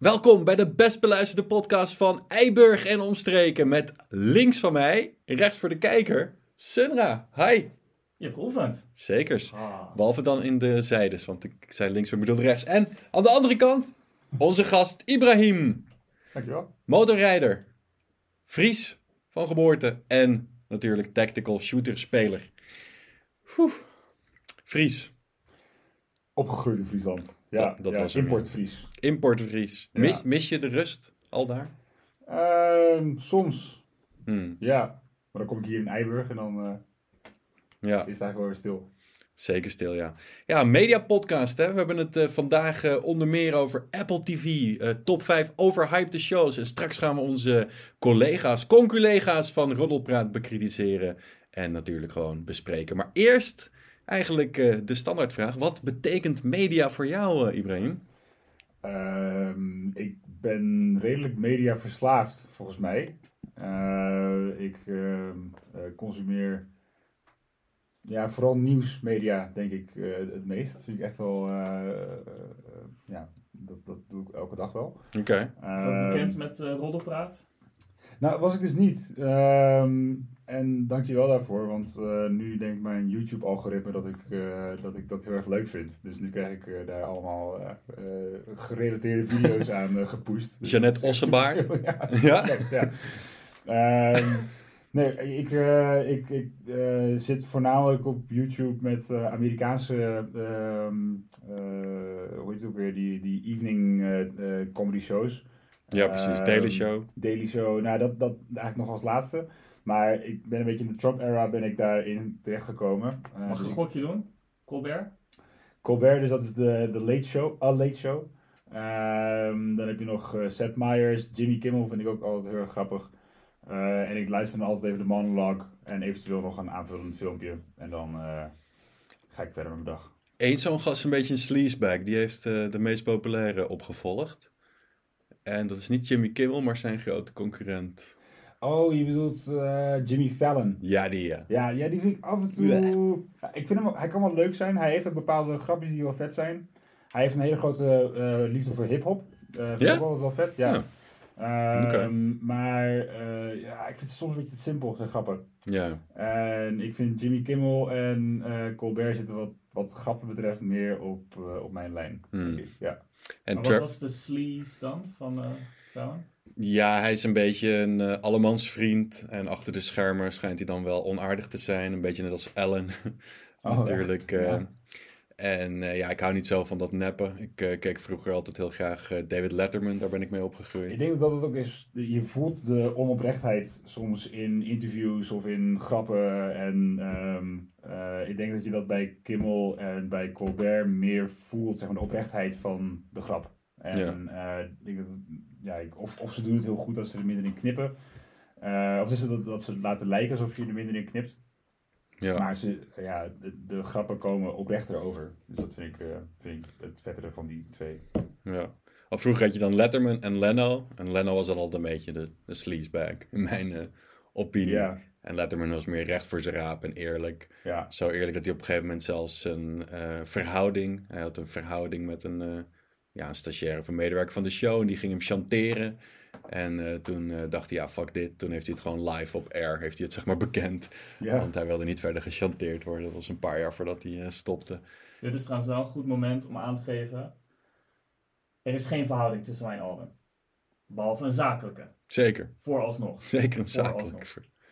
Welkom bij de best beluisterde podcast van Eiburg en omstreken. Met links van mij, rechts voor de kijker, Sunra. Hi. Je hebt geoefend. Zekers. Behalve dan in de zijdes, want ik zei links, maar ik bedoelde rechts. En aan de andere kant, onze gast Ibrahim. Dankjewel. Motorrijder. Fries van geboorte. En natuurlijk tactical shooter speler. Fries. Opgegroeid in Friesland. Ja, Dat was hem, import Fries. Import Fries. Ja. Mis je de rust al daar? Soms. Hmm. Ja. Maar dan kom ik hier in Eiburg en dan Ja. is het eigenlijk wel weer stil. Zeker stil, ja. Ja, een mediapodcast, hè. We hebben het vandaag onder meer over Apple TV, top 5 overhyped shows. En straks gaan we onze conculega's van Roddelpraat bekritiseren en natuurlijk gewoon bespreken. Maar eerst eigenlijk de standaardvraag. Wat betekent media voor jou, Ibrahim? Ik ben redelijk media verslaafd, volgens mij. Ik consumeer vooral nieuwsmedia, denk ik, het meest. Dat vind ik echt wel, dat doe ik elke dag wel. Oké. Is dat bekend met Roddelpraat? Nou, was ik dus niet. En dankjewel daarvoor, want nu denkt mijn YouTube-algoritme dat ik dat heel erg leuk vind. Dus nu krijg ik daar allemaal gerelateerde video's aan gepusht. Dus Jeannette Ossenbaard. Ja? Ja? Ja. Nee, ik zit voornamelijk op YouTube met Amerikaanse, hoe heet het ook weer, die evening comedy shows. Ja, precies. Daily Show. Daily Show, nou dat eigenlijk nog als laatste. Maar ik ben een beetje in de Trump-era ben ik daarin terechtgekomen. Mag ik een gokje doen? Colbert? Colbert, dus dat is de Late Show, A Late Show. Dan heb je nog Seth Meyers, Jimmy Kimmel vind ik ook altijd heel erg grappig. En ik luister dan altijd even de monologue en eventueel nog een aanvullend filmpje. En dan ga ik verder met mijn dag. Eén zo'n gast is een beetje een sleazebag. Die heeft de meest populaire opgevolgd. En dat is niet Jimmy Kimmel, maar zijn grote concurrent. Oh, je bedoelt Jimmy Fallon. Ja, die ja. Ja, die vind ik af en toe... Ja, ik vind hem, hij kan wel leuk zijn. Hij heeft ook bepaalde grapjes die wel vet zijn. Hij heeft een hele grote liefde voor hip-hop. Vind ik ook wel vet, ja. Okay. Maar ik vind het soms een beetje te simpel, zijn grappen. Ja. En ik vind Jimmy Kimmel en Colbert zitten wat grappen betreft meer op mijn lijn. Denk ik. Ja. En wat was de sleaze dan van Fallon? Ja, hij is een beetje een allemansvriend. En achter de schermen schijnt hij dan wel onaardig te zijn. Een beetje net als Ellen. Natuurlijk. Ja. En ik hou niet zo van dat neppen. Ik keek vroeger altijd heel graag David Letterman. Daar ben ik mee opgegroeid. Ik denk dat het ook is, je voelt de onoprechtheid soms in interviews of in grappen. En ik denk dat je dat bij Kimmel en bij Colbert meer voelt, zeg maar, de oprechtheid van de grap. En ik denk dat, of ze doen het heel goed als ze er minder in knippen. Of is het dat ze het laten lijken alsof je er minder in knipt. Ja. Maar de grappen komen oprechter over. Dus dat vind ik het vettere van die twee. Ja. Of vroeger had je dan Letterman en Leno. En Leno was dan altijd een beetje de sleazebag, in mijn opinie. Ja. En Letterman was meer recht voor zijn raap en eerlijk. Ja. Zo eerlijk dat hij op een gegeven moment zelfs een verhouding... Hij had een verhouding met een stagiaire of een medewerker van de show. En die ging hem chanteren. En toen dacht hij, fuck dit. Toen heeft hij het gewoon live op air, heeft hij het zeg maar bekend. Ja. Want hij wilde niet verder gechanteerd worden. Dat was een paar jaar voordat hij stopte. Dit is trouwens wel een goed moment om aan te geven. Er is geen verhouding tussen mijn ogen. Behalve een zakelijke. Zeker. Vooralsnog. Zeker een zakelijk.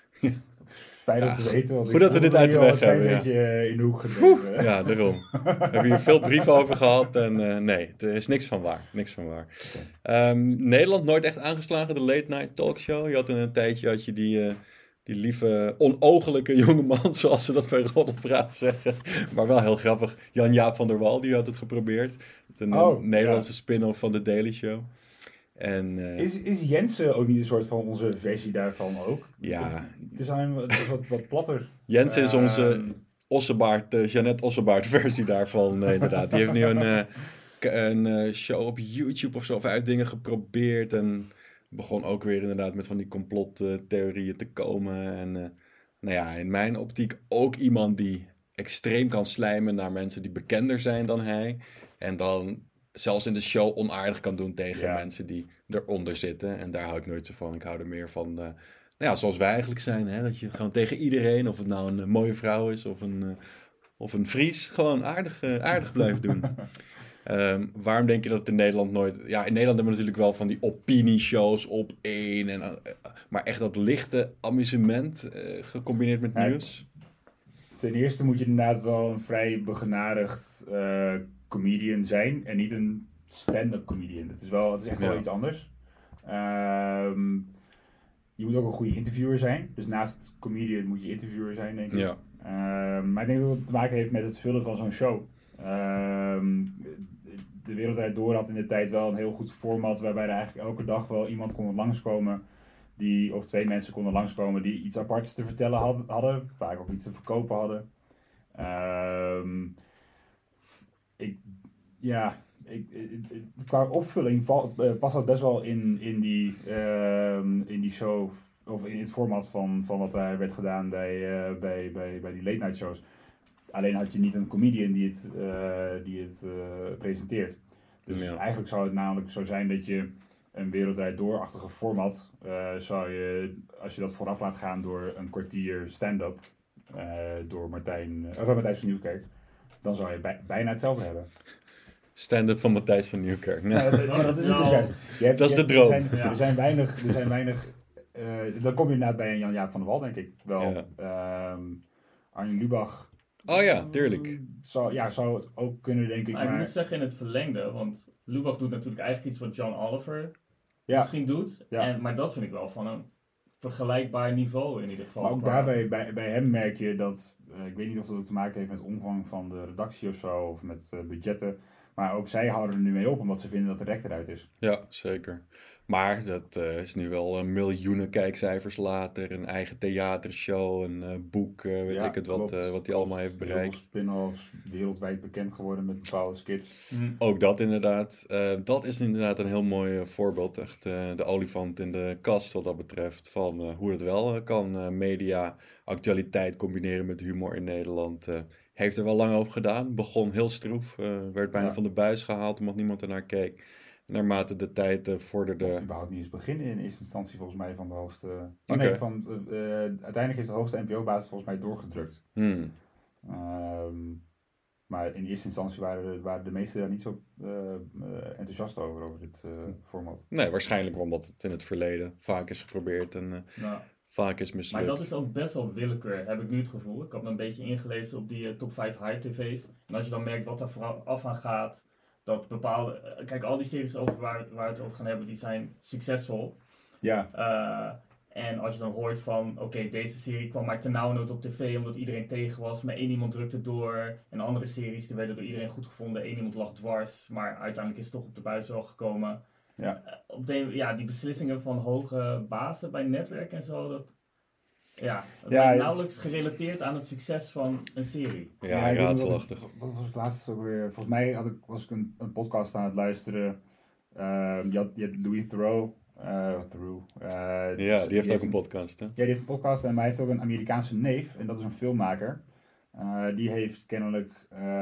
Fijn om te weten. Want goed dat we dit uit de weg hebben. Een beetje in de hoek gedreven. Ja, daarom. We hebben hier veel brieven over gehad. En nee, er is niks van waar. Niks van waar. Nederland nooit echt aangeslagen, de late night talkshow. Je had een tijdje die lieve, onogelijke jongeman, zoals ze dat bij Roddelpraat zeggen. Maar wel heel grappig. Jan-Jaap van der Wal, die had het geprobeerd. Een Nederlandse spin-off van de Daily Show. En, is Jensen ook niet een soort van onze versie daarvan ook? Ja. Het is wat platter. Jensen is onze Jeannette Ossenbaard versie daarvan, inderdaad. Die heeft nu een show op YouTube of zo, of hij heeft dingen geprobeerd en begon ook weer inderdaad met van die complottheorieën te komen. En in mijn optiek ook iemand die extreem kan slijmen naar mensen die bekender zijn dan hij. En dan zelfs in de show onaardig kan doen tegen mensen die eronder zitten. En daar hou ik nooit zo van. Ik hou er meer van, nou ja, zoals wij eigenlijk zijn. Hè? Dat je gewoon tegen iedereen, of het nou een mooie vrouw is of een Fries, gewoon aardig blijft doen. Waarom denk je dat het in Nederland nooit... Ja, in Nederland hebben we natuurlijk wel van die opinieshows op één. Maar echt dat lichte amusement gecombineerd met nieuws. Ten eerste moet je inderdaad wel een vrij begenadigd comedian zijn. En niet een stand-up comedian. Het is echt wel iets anders. Je moet ook een goede interviewer zijn. Dus naast comedian moet je interviewer zijn, denk ik. Ja. Maar ik denk dat het te maken heeft met het vullen van zo'n show. De Wereld Draait Door had in de tijd wel een heel goed format waarbij er eigenlijk elke dag wel iemand kon langskomen of 2 mensen konden langskomen die iets aparts te vertellen hadden, vaak ook iets te verkopen hadden. Qua opvulling past dat best wel in die show, of in het format van wat daar werd gedaan bij die late night shows. Alleen had je niet een comedian die het presenteert. Dus eigenlijk zou het namelijk zo zijn dat je een Wereld Draait Door-achtige format, als je dat vooraf laat gaan door een kwartier stand-up door Matthijs van Nieuwkerk, dan zou je bijna hetzelfde hebben. Stand-up van Matthijs van Nieuwkerk. Nee. Dat is het dus juist. Dat is de droom. Er zijn weinig dan kom je inderdaad bij een Jan-Jaap van der Wal, denk ik wel. Ja. Arjen Lubach. Oh ja, tuurlijk. Zou het ook kunnen, denk ik. Maar ik moet zeggen in het verlengde, want Lubach doet natuurlijk eigenlijk iets wat John Oliver misschien doet. Ja. Maar dat vind ik wel van een vergelijkbaar niveau in ieder geval. Maar ook daarbij, bij hem merk je dat, ik weet niet of dat ook te maken heeft met omvang van de redactie of zo, of met budgetten. Maar ook zij houden er nu mee op, omdat ze vinden dat de rek eruit is. Ja, zeker. Maar dat is nu wel miljoenen kijkcijfers later. Een eigen theatershow, een boek, weet ik het wat hij allemaal heeft bereikt. Spin-offs, wereldwijd bekend geworden met bepaalde skits. Ook dat inderdaad. Dat is inderdaad een heel mooi voorbeeld. Echt de olifant in de kast wat dat betreft. Van hoe het wel kan. Media, actualiteit combineren met humor in Nederland. Heeft er wel lang over gedaan. Begon heel stroef. Werd bijna van de buis gehaald omdat niemand ernaar keek. Naarmate de tijd vorderde... Of überhaupt niet eens beginnen in eerste instantie volgens mij van de hoogste... uiteindelijk heeft de hoogste NPO-baas volgens mij doorgedrukt. Maar in eerste instantie waren de meesten daar niet zo enthousiast over dit format. Nee, waarschijnlijk omdat het in het verleden vaak is geprobeerd en vaak is mislukt. Maar dat is ook best wel willekeur, heb ik nu het gevoel. Ik had me een beetje ingelezen op die top 5 high tv's. En als je dan merkt wat er vooral af aan gaat... Dat bepaalde... Kijk, al die series over waar we het over gaan hebben, die zijn succesvol. Ja. En als je dan hoort van... Oké, deze serie kwam maar ternauwernood op tv omdat iedereen tegen was. Maar 1 iemand drukte door. En andere series, die werden door iedereen goed gevonden. 1 iemand lag dwars. Maar uiteindelijk is het toch op de buis wel gekomen. Ja. Die beslissingen van hoge bazen bij netwerk en zo... Dat lijkt nauwelijks gerelateerd aan het succes van een serie. Ja, raadselachtig. Wat was ik laatst ook weer? Volgens mij was ik een podcast aan het luisteren. Je had Louis Theroux. Die heeft ook een podcast, hè? Ja, die heeft een podcast en hij heeft ook een Amerikaanse neef. En dat is een filmmaker. Die heeft kennelijk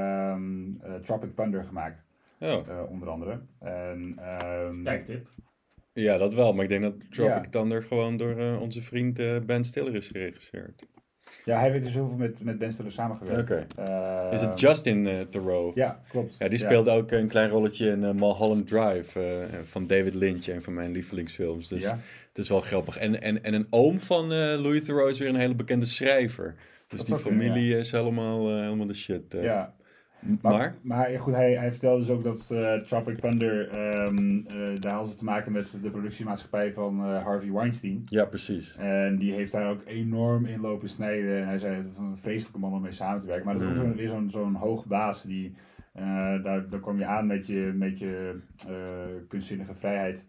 Tropic Thunder gemaakt. Onder andere. Kijktip. Ja, dat wel. Maar ik denk dat Tropic Thunder gewoon door onze vriend Ben Stiller is geregisseerd. Ja, hij heeft dus heel veel met Ben Stiller samengewerkt. Oké. Is het Justin Theroux? Ja, klopt. Ja, die speelde ook een klein rolletje in Mulholland Drive van David Lynch, een van mijn lievelingsfilms. Dus het is wel grappig. En een oom van Louis Theroux is weer een hele bekende schrijver. Dus die familie is helemaal de shit. Ja. Maar goed, hij vertelde dus ook dat Tropic Thunder, daar hadden ze te maken met de productiemaatschappij van Harvey Weinstein. Ja, precies. En die heeft daar ook enorm in lopen snijden. En hij zei, het is een vreselijke man om mee samen te werken. Maar dat is ook weer zo'n hoog baas die... daar kom je aan met je kunstzinnige vrijheid.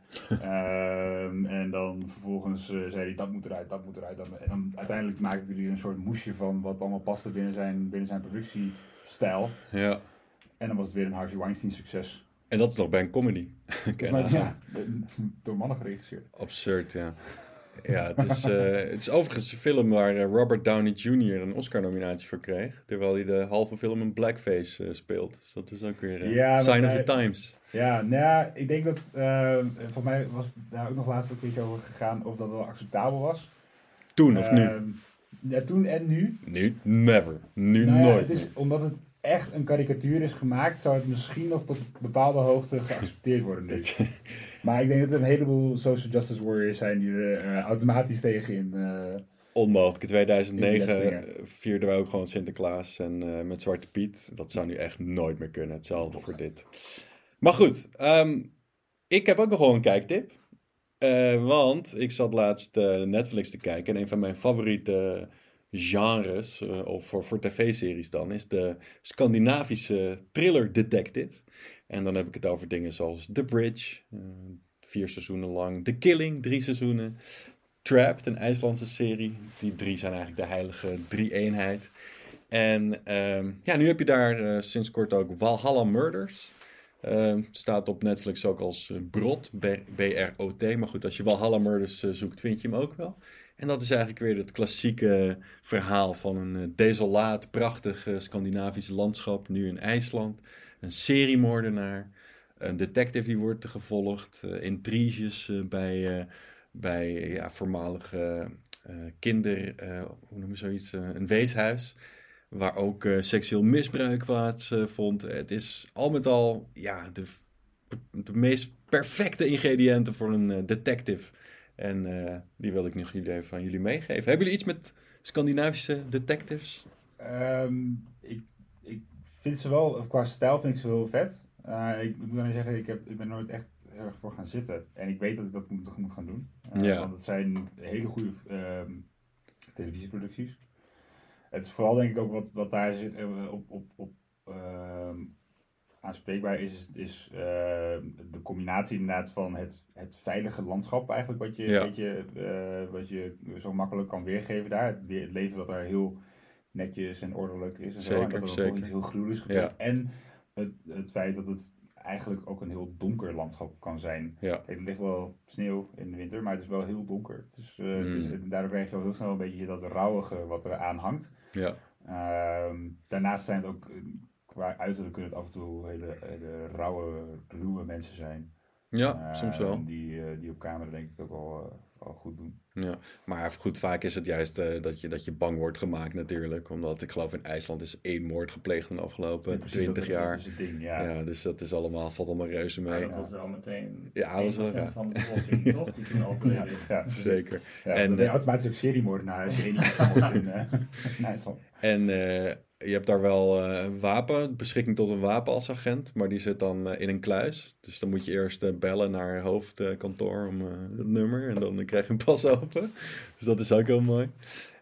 En dan vervolgens zei hij, dat moet eruit. En dan uiteindelijk maakte hij er een soort moesje van wat allemaal paste binnen zijn productiestijl. Ja. En dan was het weer een Harvey Weinstein succes. En dat is nog bij een comedy. Door mannen geregisseerd. Absurd, ja. Ja, het is overigens een film waar Robert Downey Jr. een Oscar-nominatie voor kreeg. Terwijl hij de halve film een blackface speelt. Dus dat is ook weer sign of the times. Ja, nou ja, ik denk dat, voor mij was het daar ook nog laatst een keertje over gegaan of dat wel acceptabel was. Toen of nu? Ja, toen en nu. Nu, never. Nu Nou ja, nooit. het is, omdat het echt een karikatuur is gemaakt, zou het misschien nog tot een bepaalde hoogte geaccepteerd worden nu. Maar ik denk dat er een heleboel social justice warriors zijn die er automatisch tegen in... Onmogelijk. In 2009 vierden we ook gewoon Sinterklaas en met Zwarte Piet. Dat zou nu echt nooit meer kunnen. Hetzelfde voor dit. Maar goed, ik heb ook nog wel een kijktip. Want ik zat laatst Netflix te kijken en een van mijn favoriete genres, of voor tv-series dan, is de Scandinavische thriller detective. En dan heb ik het over dingen zoals The Bridge, 4 seizoenen lang, The Killing, 3 seizoenen, Trapped, een IJslandse serie. Die 3 zijn eigenlijk de heilige drie-eenheid. En nu heb je daar sinds kort ook Valhalla Murders. Staat op Netflix ook als Brot, B-R-O-T. Maar goed, als je Valhalla Murders zoekt, vind je hem ook wel. En dat is eigenlijk weer het klassieke verhaal van een desolaat, prachtig Scandinavisch landschap. Nu in IJsland. Een seriemoordenaar. Een detective die wordt gevolgd. Intriges bij voormalige hoe noem je zoiets? Een weeshuis. Waar ook seksueel misbruik plaatsvond. Het is al met al de meest perfecte ingrediënten voor een detective. En die wil ik nog even aan jullie meegeven. Hebben jullie iets met Scandinavische detectives? Ik vind ze wel, qua stijl vind ik ze heel vet. Ik moet dan zeggen, ik ben nooit echt heel erg voor gaan zitten. En ik weet dat ik dat moet gaan doen. Want het zijn hele goede televisieproducties. Het is vooral denk ik ook wat daar op aanspreekbaar is de combinatie inderdaad van het veilige landschap eigenlijk wat je zo makkelijk kan weergeven daar. Het leven dat daar heel netjes en ordelijk is en zo. En dat er ook iets heel gruwelijks gebeurt. Ja. En het feit dat het eigenlijk ook een heel donker landschap kan zijn. Ja. Er ligt wel sneeuw in de winter, maar het is wel heel donker. Daardoor krijg je al heel snel een beetje dat rauwige wat er aan hangt. Ja. Daarnaast zijn het ook, qua uiterlijk kunnen het af en toe hele rauwe, ruwe mensen zijn. Ja, soms wel. Die op camera denk ik ook wel goed doen. Ja, maar goed, vaak is het juist dat je bang wordt gemaakt natuurlijk. Omdat ik geloof in IJsland is 1 moord gepleegd in de afgelopen 20 jaar. Dat is het ding, ja. Dus dat is valt allemaal reuze mee. Maar dat was wel meteen 1% van de bevolking, toch? Die toen overleden is. Ja, zeker. Ja, en ben je automatisch ook seriemoordenaar als je 1 moord in IJsland. En je hebt daar wel een wapen, beschikking tot een wapen als agent, maar die zit dan in een kluis. Dus dan moet je eerst bellen naar hoofdkantoor om het nummer en dan krijg je een pas open. Dus dat is ook heel mooi.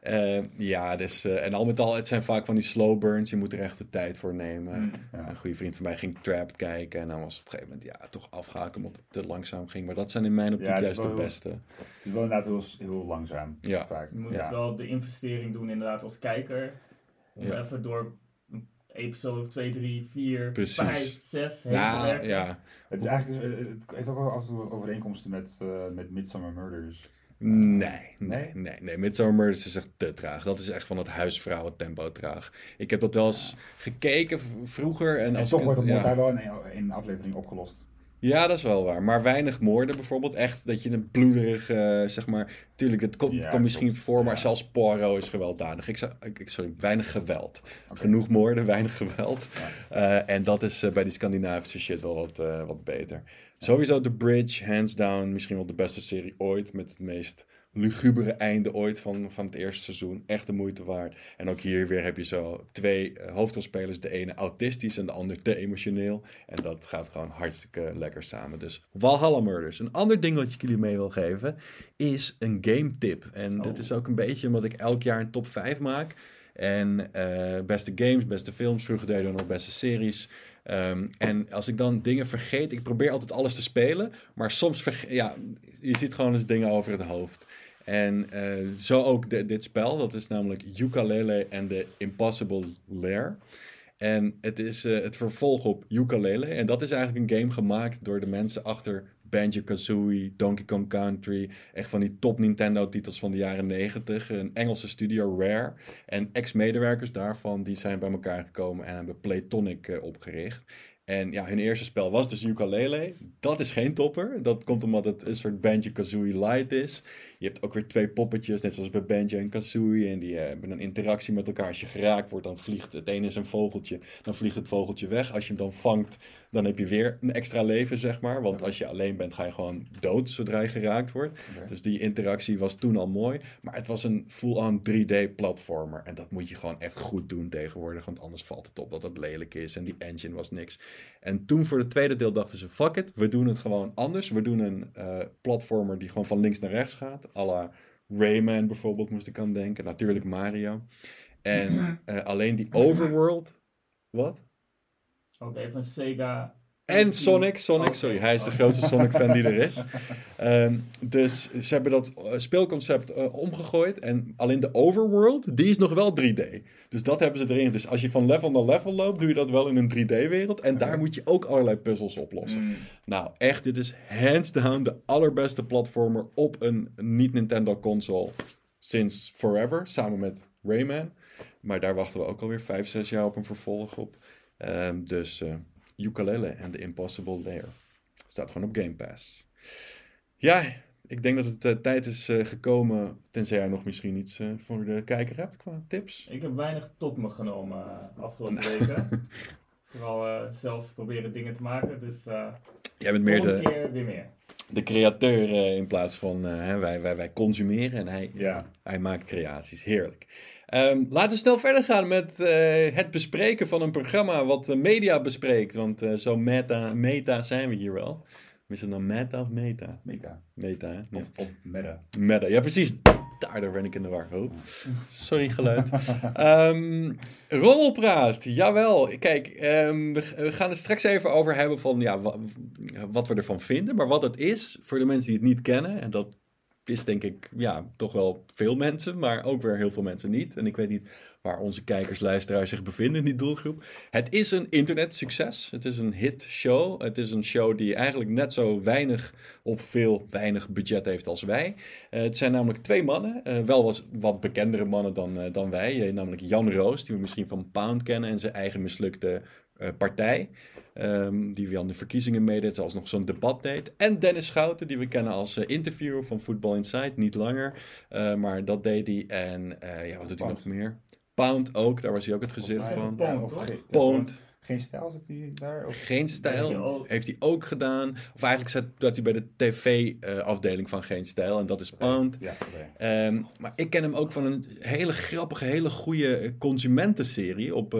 En al met al, het zijn vaak van die slow burns, je moet er echt de tijd voor nemen. Een goede vriend van mij ging Trap kijken en dan was op een gegeven moment toch afgehaakt omdat het te langzaam ging. Maar dat zijn in mijn optiek juist de beste. Het is wel inderdaad heel langzaam. Ja. Vaak. Je moet wel de investering doen inderdaad als kijker. Om even door episode 2, 3, 4, Precies. 5, 6 heen te werken. Ja. Het is eigenlijk, het heeft ook wel af en toe overeenkomsten met Midsommar Murders. Nee. Midsommar Murders is echt te traag. Dat is echt van het huisvrouwen tempo traag. Ik heb dat wel eens gekeken vroeger. En toch wordt het moord daar wel in een aflevering opgelost. Ja, dat is wel waar. Maar weinig moorden bijvoorbeeld. Echt dat je een bloederig, zeg maar... Tuurlijk, het komt misschien voor, maar zelfs Poirot is gewelddadig. Weinig geweld. Okay. Genoeg moorden, weinig geweld. Ja. En dat is bij die Scandinavische shit wel wat beter. Ja. Sowieso The Bridge, hands down. Misschien wel de beste serie ooit. Met het meest lugubere einde ooit van het eerste seizoen. Echt de moeite waard. En ook hier weer heb je zo 2 hoofdrolspelers. De ene autistisch en de ander te emotioneel. En dat gaat gewoon hartstikke lekker samen. Dus Valhalla Murders. Een ander ding wat ik jullie mee wil geven is een game tip. En dit is ook een beetje omdat ik elk jaar een top 5 maak. En beste games, beste films. Vroeger deden we nog beste series. En als ik dan dingen vergeet, ik probeer altijd alles te spelen, maar soms je ziet gewoon eens dingen over het hoofd. En zo ook dit spel, dat is namelijk Yooka-Laylee and the Impossible Lair. En het is het vervolg op Yooka-Laylee. En dat is eigenlijk een game gemaakt door de mensen achter Banjo-Kazooie, Donkey Kong Country. Echt van die top Nintendo-titels van de jaren 90. Een Engelse studio, Rare. En ex-medewerkers daarvan, die zijn bij elkaar gekomen en hebben Playtonic opgericht. En ja, hun eerste spel was dus Yooka-Laylee. Dat is geen topper. Dat komt omdat het een soort Banjo-Kazooie Light is. Je hebt ook weer 2 poppetjes, net zoals bij Banjo en Kazooie. En die hebben een interactie met elkaar. Als je geraakt wordt, dan vliegt het ene is een vogeltje. Dan vliegt het vogeltje weg. Als je hem dan vangt, dan heb je weer een extra leven, zeg maar. Want als je alleen bent, ga je gewoon dood zodra je geraakt wordt. Okay. Dus die interactie was toen al mooi. Maar het was een full-on 3D-platformer. En dat moet je gewoon echt goed doen tegenwoordig. Want anders valt het op dat het lelijk is. En die engine was niks. En toen voor het tweede deel dachten ze, fuck it, we doen het gewoon anders. We doen een platformer die gewoon van links naar rechts gaat. À la Rayman bijvoorbeeld moest ik aan denken. Natuurlijk Mario. En alleen die overworld... Wat? Ook even een Sega... En Sonic, sorry, hij is de grootste Sonic-fan die er is. Dus ze hebben dat speelconcept omgegooid. En alleen de overworld, die is nog wel 3D. Dus dat hebben ze erin. Dus als je van level naar level loopt, doe je dat wel in een 3D-wereld. En daar moet je ook allerlei puzzels oplossen. Nou, echt, dit is hands down de allerbeste platformer op een niet-Nintendo-console. Sinds forever, samen met Rayman. Maar daar wachten we ook alweer 5-6 jaar op een vervolg op. Yooka-Laylee and the Impossible Lair. Staat gewoon op Game Pass. Ja, ik denk dat het tijd is gekomen, tenzij jij nog misschien iets voor de kijker hebt qua tips. Ik heb weinig tot me genomen afgelopen weken. Vooral zelf proberen dingen te maken, dus jij bent meer keer weer meer. De createur in plaats van wij consumeren en hij maakt creaties. Heerlijk. Laten we snel verder gaan met het bespreken van een programma wat de media bespreekt. Want zo meta zijn we hier wel. Is het nou meta of meta? Meta, hè? Ja. Of meta. Meta, ja precies. Daar ben ik in de war. Oh. Sorry, geluid. Roddelpraat, jawel. Kijk, we gaan het straks even over hebben van wat we ervan vinden. Maar wat het is, voor de mensen die het niet kennen, en dat is denk ik toch wel veel mensen, maar ook weer heel veel mensen niet. En ik weet niet waar onze kijkers, luisteraars zich bevinden in die doelgroep. Het is een internetsucces. Het is een hitshow. Het is een show die eigenlijk net zo weinig of weinig budget heeft als wij. Het zijn namelijk 2 mannen. Wel wat bekendere mannen dan wij. Namelijk Jan Roos, die we misschien van Pound kennen en zijn eigen mislukte partij. Die we aan de verkiezingen meedeed, zoals nog zo'n debat deed. En Dennis Schouten, die we kennen als interviewer van Football Insight, niet langer. Maar dat deed hij. En wat doet hij nog meer? Pound ook, daar was hij ook het gezicht van. Pound. Geen stijl zit hij daar? Of? Geen stijl, heeft hij ook gedaan. Of eigenlijk zat hij bij de tv-afdeling van Geen Stijl. En dat is Pound. Ja, maar ik ken hem ook van een hele grappige, hele goede consumentenserie op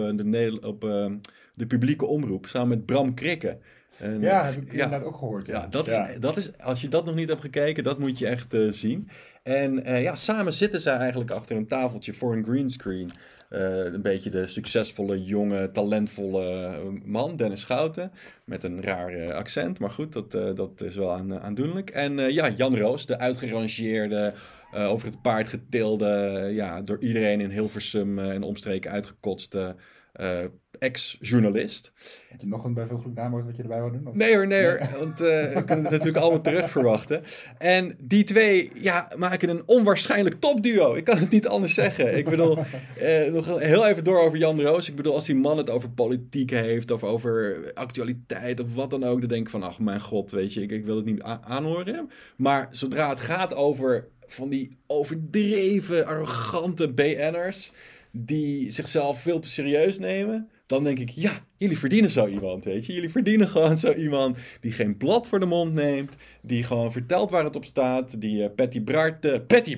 de publieke omroep. Samen met Bram Krikke. En, heb ik inderdaad ook gehoord. Ja, dat is, als je dat nog niet hebt gekeken, dat moet je echt zien. En samen zitten zij eigenlijk achter een tafeltje voor een greenscreen. Een beetje de succesvolle, jonge, talentvolle man, Dennis Schouten. Met een raar accent, maar goed, dat is wel aandoenlijk. En Jan Roos, de uitgerangeerde, over het paard getilde, door iedereen in Hilversum en omstreken uitgekotste ex-journalist. Heb je nog een bijvoeglijk naamwoord wat je erbij wil doen? Of? Nee hoor. Want we kunnen het natuurlijk allemaal terug verwachten. En die 2 maken een onwaarschijnlijk topduo. Ik kan het niet anders zeggen. Ik bedoel, nog heel even door over Jan Roos. Ik bedoel, als die man het over politiek heeft, of over actualiteit, of wat dan ook, dan denk ik van, ach mijn god, weet je, ik wil het niet aanhoren. Maar zodra het gaat over van die overdreven, arrogante BN'ers, die zichzelf veel te serieus nemen, dan denk ik, jullie verdienen zo iemand, weet je. Jullie verdienen gewoon zo iemand die geen blad voor de mond neemt, die gewoon vertelt waar het op staat, die Patty Bart, Patty,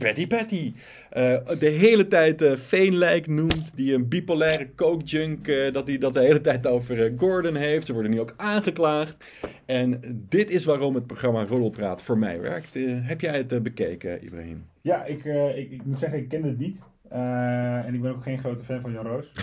de hele tijd Veenlijk noemt, die een bipolaire coke-junk, dat hij dat de hele tijd over Gordon heeft. Ze worden nu ook aangeklaagd. En dit is waarom het programma Roddelpraat voor mij werkt. Heb jij het bekeken, Ibrahim? Ja, ik moet zeggen, ik kende het niet. En ik ben ook geen grote fan van Jan Roos.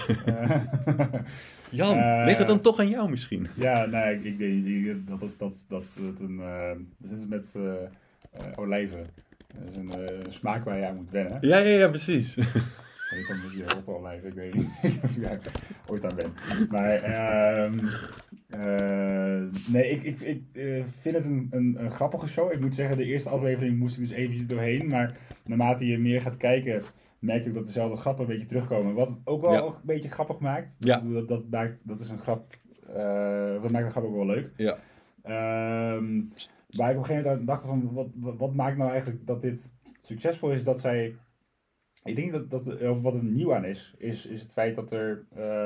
Jan, ligt het dan toch aan jou misschien? Ja, nee, ik denk dat het een... dit is met olijven. Dat is een smaak waar je aan moet wennen. Ja, precies. Ik kom met je rotte olijven, ik weet niet of ik ooit aan ben. Maar Nee, ik vind het een grappige show. Ik moet zeggen, de eerste aflevering moest ik dus eventjes doorheen. Maar naarmate je meer gaat kijken, merk je ook dat dezelfde grappen een beetje terugkomen. Wat het ook wel een beetje grappig maakt. Ja. Dat is een grap. Dat maakt de grap ook wel leuk. Ja. Waar ik op een gegeven moment dacht van, wat maakt nou eigenlijk dat dit succesvol is, dat zij... Ik denk dat wat er nieuw aan is het feit dat er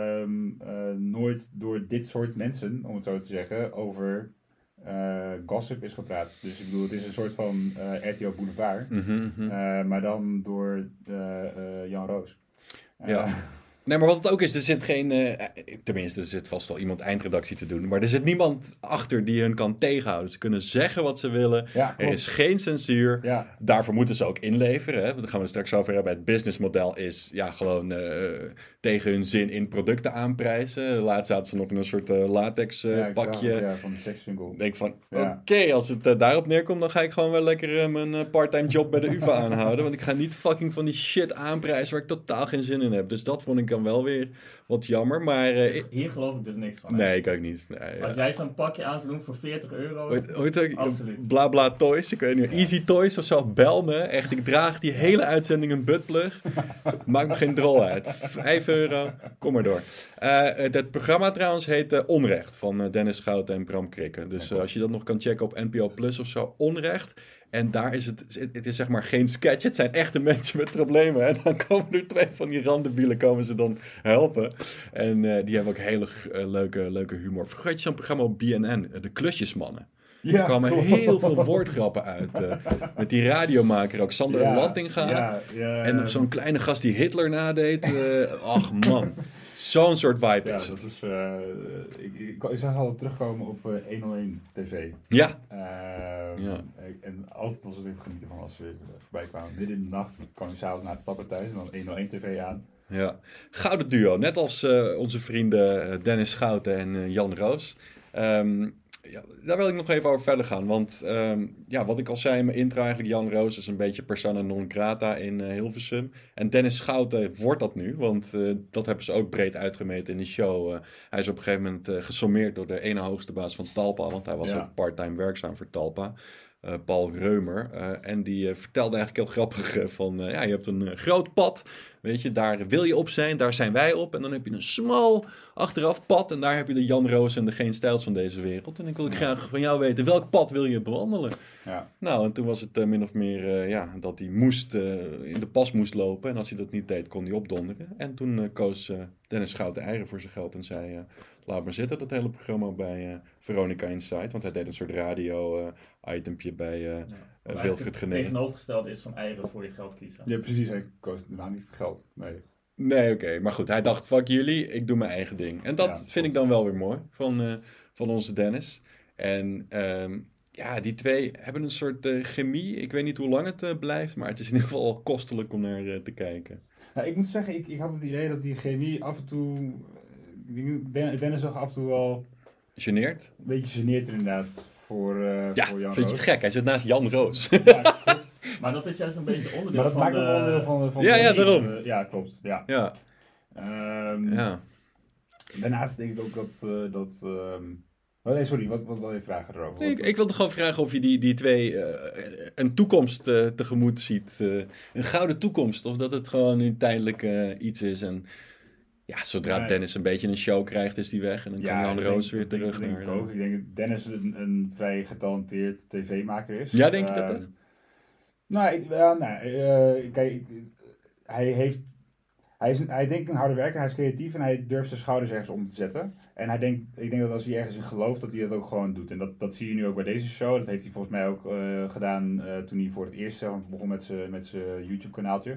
nooit door dit soort mensen, om het zo te zeggen, over gossip is gepraat. Dus ik bedoel, het is een soort van RTL Boulevard, maar dan door Jan Roos. Nee, maar wat het ook is, er zit geen... tenminste, er zit vast wel iemand eindredactie te doen. Maar er zit niemand achter die hun kan tegenhouden. Ze kunnen zeggen wat ze willen. Ja, er is geen censuur. Ja. Daarvoor moeten ze ook inleveren. Hè? Want daar gaan we het straks over hebben. Het businessmodel is gewoon tegen hun zin in producten aanprijzen. Laatst zaten ze nog in een soort latex pakje. Van de sekswinkel. Ik denk van, oké, als het daarop neerkomt, dan ga ik gewoon wel lekker mijn parttime job bij de UvA aanhouden. Want ik ga niet fucking van die shit aanprijzen waar ik totaal geen zin in heb. Dus dat vond ik dan wel weer wat jammer. Maar hier geloof ik dus niks van. Nee, ik ook niet. Nee, als jij zo'n pakje aan zou doen voor €40... Ooit Blabla Toys, ik weet niet, Easy Toys of zo, bel me. Echt, ik draag die hele uitzending een buttplug. Maakt me geen drol uit. €5, kom maar door. Het programma trouwens heet Onrecht van Dennis Schouten en Bram Krikke. Dus als je dat nog kan checken op NPO Plus of zo, Onrecht. En daar is het is zeg maar geen sketch. Het zijn echte mensen met problemen. En dan komen er 2 van die randebielen komen ze dan helpen. En die hebben ook hele leuke humor. Vroeger had je zo'n programma op BNN, de Klusjesmannen. Er kwamen heel veel woordgrappen uit. Met die radiomaker ook, Sander Lantinga. En nog zo'n kleine gast die Hitler nadeed. Ach man, zo'n soort vibe is het. Dat is, ik zag altijd terugkomen op 101 TV. Ja. En altijd was het even genieten van als we voorbij kwamen. Midden in de nacht kwam je s'avonds na het stappen thuis en dan 101 TV aan. Ja, gouden duo. Net als onze vrienden Dennis Schouten en Jan Roos. Daar wil ik nog even over verder gaan. Want wat ik al zei in mijn intro eigenlijk, Jan Roos is een beetje persona non grata in Hilversum. En Dennis Schouten wordt dat nu, want dat hebben ze ook breed uitgemeten in de show. Hij is op een gegeven moment gesommeerd door de ene hoogste baas van Talpa, want hij was ook parttime werkzaam voor Talpa. Paul Reumer. En die vertelde eigenlijk heel grappig van... je hebt een groot pad, weet je, daar wil je op zijn, daar zijn wij op. En dan heb je een smal achteraf pad en daar heb je de Jan Roos en de Geen Stijls van deze wereld. En ik wil graag van jou weten, welk pad wil je bewandelen? Ja. Nou, en toen was het min of meer dat hij in de pas moest lopen. En als hij dat niet deed, kon hij opdonderen. En toen koos Dennis Schouten eieren voor zijn geld en zei... laat maar zitten, dat hele programma bij Veronica Inside. Want hij deed een soort radio-itempje bij Wilfried Genee. Het tegenovergestelde is van eieren voor je geld kiezen. Ja, precies. Hij koos nou niet het geld. Nee, oké. Maar goed, hij dacht, fuck jullie, ik doe mijn eigen ding. En dat vind ik dan wel weer mooi van onze Dennis. En die twee hebben een soort chemie. Ik weet niet hoe lang het blijft, maar het is in ieder geval kostelijk om naar te kijken. Nou, ik moet zeggen, ik had het idee dat die chemie af en toe... Dennis zag af en toe wel... Geneerd? Een beetje geneerd inderdaad voor Jan Roos. Vind je het gek? Hij zit naast Jan Roos. Maar dat is juist een beetje onderdeel van... Maar dat maakt ook onderdeel van daarom. Ja, klopt. Ja. Daarnaast denk ik ook dat sorry, wat wil je vragen erover? Nee, ik wilde gewoon vragen of je die twee een toekomst tegemoet ziet. Een gouden toekomst. Of dat het gewoon nu tijdelijk iets is. En zodra Dennis een beetje een show krijgt, is die weg. En dan kan Jan Roos weer terug. Ik denk dat Dennis een vrij getalenteerd tv-maker is. Ja, denk je dat echt? Kijk, hij denkt een harde werker, hij is creatief en hij durft zijn schouders ergens om te zetten. En ik denk dat als hij ergens in gelooft, dat hij dat ook gewoon doet. En dat zie je nu ook bij deze show. Dat heeft hij volgens mij ook gedaan toen hij voor het eerst begon met zijn YouTube-kanaaltje.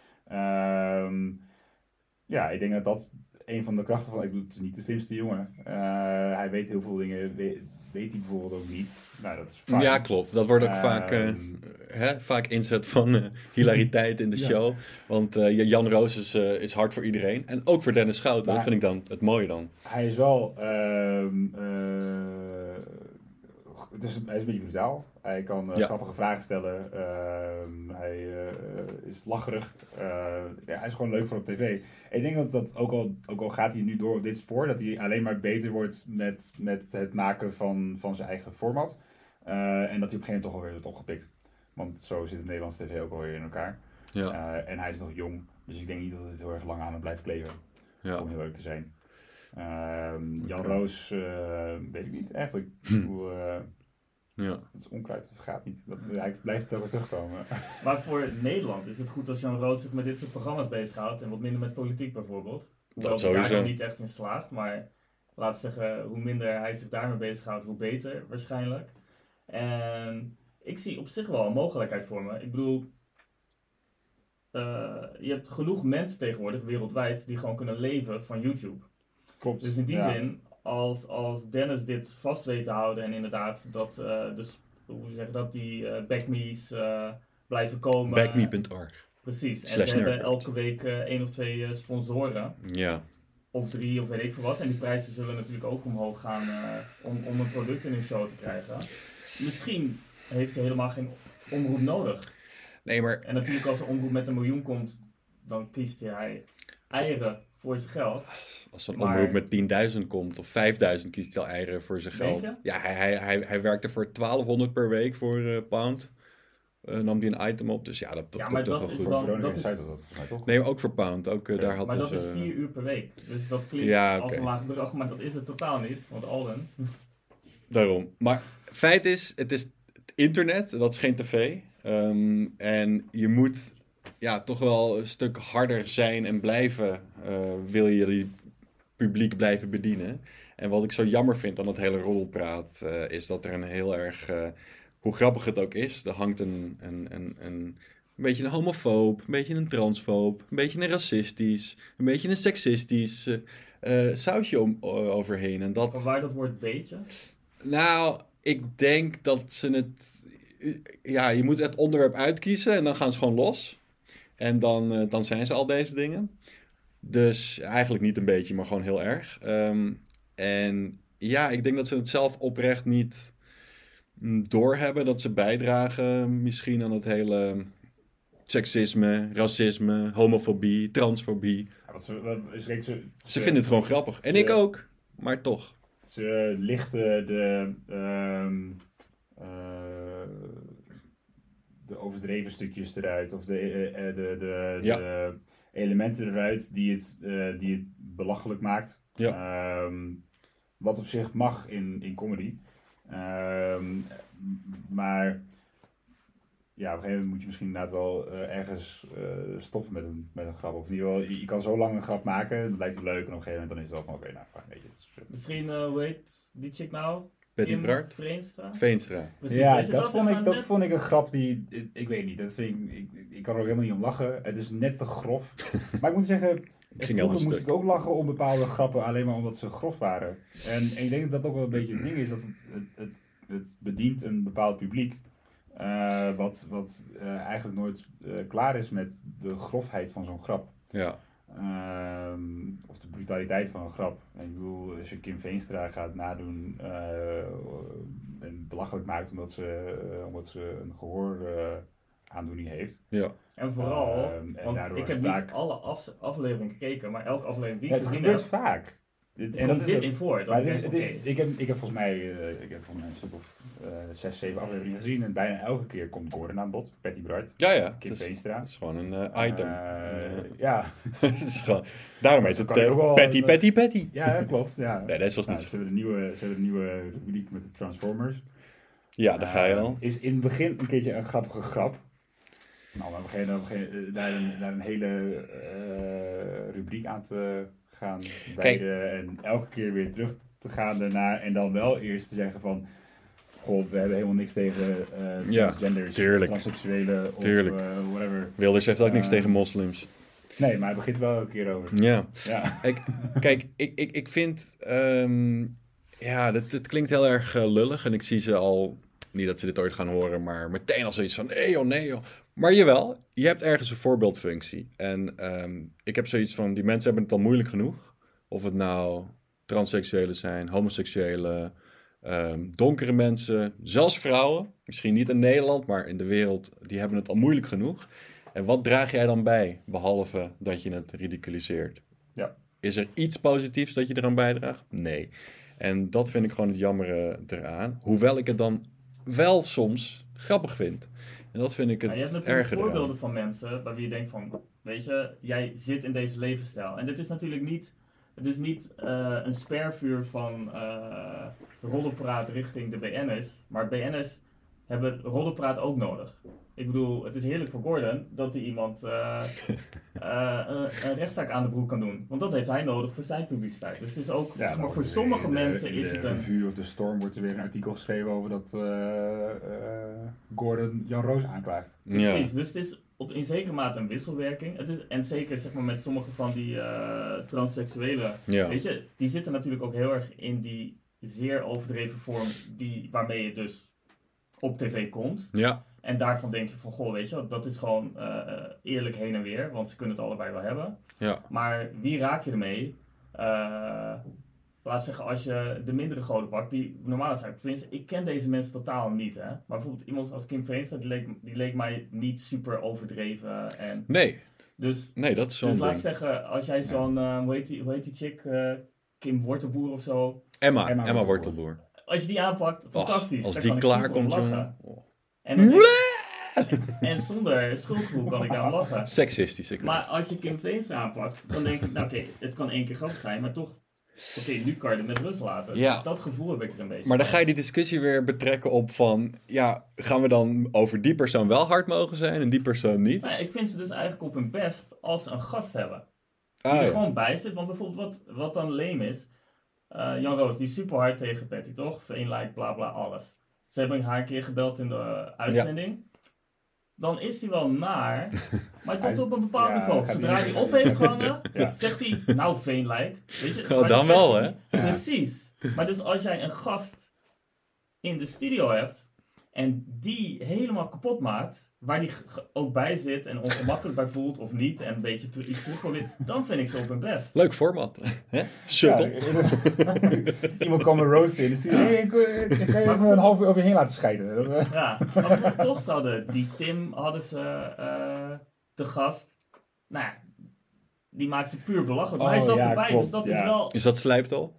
Ik denk dat een van de krachten van... het is niet de slimste jongen. Hij weet heel veel dingen, weet hij bijvoorbeeld ook niet. Nou, dat is fijn. Ja, klopt. Dat wordt ook vaak inzet van hilariteit in de show. Want Jan Roos is hard voor iedereen. En ook voor Dennis Schouten. Dat vind ik dan het mooie dan. Hij is wel hij is een beetje brutaal. Hij kan grappige vragen stellen. Hij is lacherig. Hij is gewoon leuk voor op tv. En ik denk dat ook al gaat hij nu door op dit spoor, dat hij alleen maar beter wordt met het maken van zijn eigen format. En dat hij op een gegeven moment toch alweer wordt opgepikt. Want zo zit de Nederlandse tv ook alweer in elkaar. Ja. En hij is nog jong. Dus ik denk niet dat het heel erg lang aan hem blijft kleven. Ja. Om heel leuk te zijn. Jan Oké. Roos, weet ik niet eigenlijk. Ja. Het is onkruid, het vergaat niet. Hij blijft telkens terugkomen. Maar voor Nederland is het goed als Jan Roos zich met dit soort programma's bezighoudt en wat minder met politiek bijvoorbeeld. Hoewel hij daar sowieso. nog niet echt in slaagt, maar laten we zeggen, hoe minder hij zich daarmee bezighoudt, hoe beter waarschijnlijk. En ik zie op zich wel een mogelijkheid voor me. Ik bedoel, je hebt genoeg mensen tegenwoordig wereldwijd die gewoon kunnen leven van YouTube. Klopt. Dus in die zin, als Dennis dit vast weet te houden en inderdaad dat, hoe zeg je dat, die backme's blijven komen. Backme.org. Precies, en Slash ze hebben nerdbird. elke week 1 of 2 sponsoren. Ja. Of 3 of weet ik veel wat. En die prijzen zullen natuurlijk ook omhoog gaan om een product in hun show te krijgen. Misschien heeft hij helemaal geen omroep nodig. Nee, maar En natuurlijk als een omroep met 1 miljoen komt, dan kiest hij eieren voor zijn geld. als zo'n Maar- omroep met 10.000 komt of 5.000 kiest hij al eieren voor zijn Denk geld. je? Ja, hij werkte voor 1200 per week voor Pound. Nam hij een item op, dus ja, dat Ja, komt maar toch dat wel is goed. Voor dan- Veronica dat is- Zuid was dat volgens mij toch? Nee, maar ook voor Pound. Ook Oké. daar had Maar hij dat is ze- 4 uur per week. Dus dat klinkt Ja, als oké. een laag bedrag, maar dat is het totaal niet. Want Alden. Daarom. Maar feit is, het is het internet, dat is geen tv. En je moet toch wel een stuk harder zijn en blijven, wil je die publiek blijven bedienen. En wat ik zo jammer vind aan dat hele roddelpraat, is dat er een heel erg, hoe grappig het ook is, er hangt een beetje een homofoob, een beetje een transfoob, een beetje een racistisch, een beetje een seksistisch sausje overheen. En dat... Van waar dat woord beetje? Nou, ik denk dat ze het... Ja, je moet het onderwerp uitkiezen en dan gaan ze gewoon los. En dan zijn ze al deze dingen. Dus eigenlijk niet een beetje, maar gewoon heel erg. En ja, ik denk dat ze het zelf oprecht niet doorhebben. Dat ze bijdragen misschien aan het hele seksisme, racisme, homofobie, transfobie. Ja, Ze vinden het gewoon grappig. En ik ook, maar toch. Ze lichten de overdreven stukjes eruit. Of de elementen eruit die het belachelijk maakt. Ja. Wat op zich mag in comedy. Maar ja, op een gegeven moment moet je misschien inderdaad wel ergens stoppen met een grap. Of in ieder geval, je kan zo lang een grap maken, dan blijft het leuk. En op een gegeven moment dan is het wel van, oké, nou, fijn, weet je. Het is, Misschien, hoe heet die chick nou? Betty Kim Braart? Veenstra? Veenstra. Precies, ja, weet je, dat is vond ik een grap die... Ik weet niet, dat vind ik kan er ook helemaal niet om lachen. Het is net te grof. Maar ik moet zeggen, ging vroeger helemaal moest stuk. ik ook lachen om bepaalde grappen, alleen maar omdat ze grof waren. En ik denk dat dat ook wel een beetje het ding is, dat het bedient een bepaald publiek. Wat eigenlijk nooit klaar is met de grofheid van zo'n grap. Ja. Of de brutaliteit van een grap. En ik bedoel, als je Kim Veenstra gaat nadoen en belachelijk maakt omdat ze een gehooraandoening heeft. Ja. En vooral, En want daardoor ik heb spraak- niet alle afleveringen gekeken, maar elke aflevering die Ja, ik het gezien gebeurt heb, vaak. komt dit in voor. Dat Maar ik het is, denk, het oké, is, ik heb volgens mij een stuk of 6, 7 afleveringen gezien en bijna elke keer komt Gordon aan bod. Betty Braart, Ja. Kim Het is, Veenstra. het is gewoon een item. Ja. Het is gewoon, daarom heet Dat het kan ook wel- Patty. Ja, dat klopt. Ja. Nee, dat was Nou, niet ze hebben een nieuwe rubriek met de Transformers. Ja, daar ga je al. Is in het begin een keertje een grappige grap. Nou, maar we beginnen daar een hele rubriek aan te gaan wijden. En elke keer weer terug te gaan daarna. En dan wel eerst te zeggen van... Goh, we hebben helemaal niks tegen Ja, transgenders, tuurlijk. transseksuelen of Tuurlijk. whatever. Wilders heeft ook niks tegen moslims. Nee, maar hij begint wel een keer over. Ja. Ja. Kijk, ik vind... het klinkt heel erg lullig. En ik zie ze al... Niet dat ze dit ooit gaan horen, maar meteen al zoiets van... Nee joh. Maar jawel, je hebt ergens een voorbeeldfunctie. En ik heb zoiets van... Die mensen hebben het al moeilijk genoeg. Of het nou transseksuelen zijn, homoseksuelen... Donkere mensen, zelfs vrouwen, misschien niet in Nederland, maar in de wereld, die hebben het al moeilijk genoeg. En wat draag jij dan bij, behalve dat je het ridiculiseert? Ja. Is er iets positiefs dat je eraan bijdraagt? Nee. En dat vind ik gewoon het jammere eraan. Hoewel ik het dan wel soms grappig vind. En dat vind ik het je hebt natuurlijk erger voorbeelden eraan. van mensen bij wie je denkt van, weet je, jij zit in deze levensstijl. En dit is natuurlijk niet, het is niet een spervuur van roddelpraat richting de BN'ers. Maar BN'ers hebben roddelpraat ook nodig. Ik bedoel, het is heerlijk voor Gordon dat hij iemand een rechtszaak aan de broek kan doen. Want dat heeft hij nodig voor zijn publiciteit. Dus het is ook, zeg maar, voor sommige mensen is het een... Revue of the Storm wordt er weer een artikel geschreven over dat Gordon Jan Roos aanklaagt. Precies, dus het is in zekere mate een wisselwerking. Het is, en zeker, zeg maar, met sommige van die transseksuelen, weet je, die zitten natuurlijk ook heel erg in die zeer overdreven vorm waarmee je dus op tv komt. Ja. En daarvan denk je van, goh, weet je, dat is gewoon eerlijk heen en weer, want ze kunnen het allebei wel hebben. Ja. Maar wie raak je ermee? Laat zeggen, als je de mindere goden pakt, die normaal zijn. Tenminste, ik ken deze mensen totaal niet, hè. Maar bijvoorbeeld iemand als Kim Veenstra, die leek mij niet super overdreven. En Nee, dat is zo'n dus ding. laat zeggen, als jij zo'n, hoe heet die chick, Kim Wortelboer of zo. Emma Wortelboer. Als je die aanpakt, fantastisch. Als daar die kan ik klaar super om komt, lachen. jongen. Oh. En zonder schuldgevoel kan ik aan lachen. Seksistisch, ik weet. Maar als je Kim Veenstra aanpakt, dan denk ik, nou oké, het kan 1 keer grappig zijn, maar toch, nu kan je het met rust laten. Ja. Dus dat gevoel heb ik er een beetje. Maar dan ga je die discussie weer betrekken op van, ja, gaan we dan over die persoon wel hard mogen zijn en die persoon niet? Nou ja, ik vind ze dus eigenlijk op hun best als ze een gast hebben. Die er gewoon bij zit. Want bijvoorbeeld wat dan lame is, Jan Roos, die is super hard tegen Patty, toch? Veen like, bla bla, alles. Ze hebben haar een keer gebeld in de uitzending. Ja. Dan is hij wel naar, maar tot op een bepaald niveau. Zodra hij op heeft gehangen, zegt hij, nou Veen like. Weet je? Oh, dan wel, hè? Precies. Maar dus als jij een gast in de studio hebt en die helemaal kapot maakt, waar die ook bij zit en ongemakkelijk bij voelt of niet en een beetje iets terug probeert, dan vind ik ze op hun best. Leuk format. Sukkel. Iemand kwam een roast in. Dus die kan je even een half uur over je heen laten scheiden. Ja, maar toch zouden die Tim hadden ze te gast. Nou ja, die maakt ze puur belachelijk. Maar hij zat erbij, klopt, dus dat is wel... Is dat Slijptol?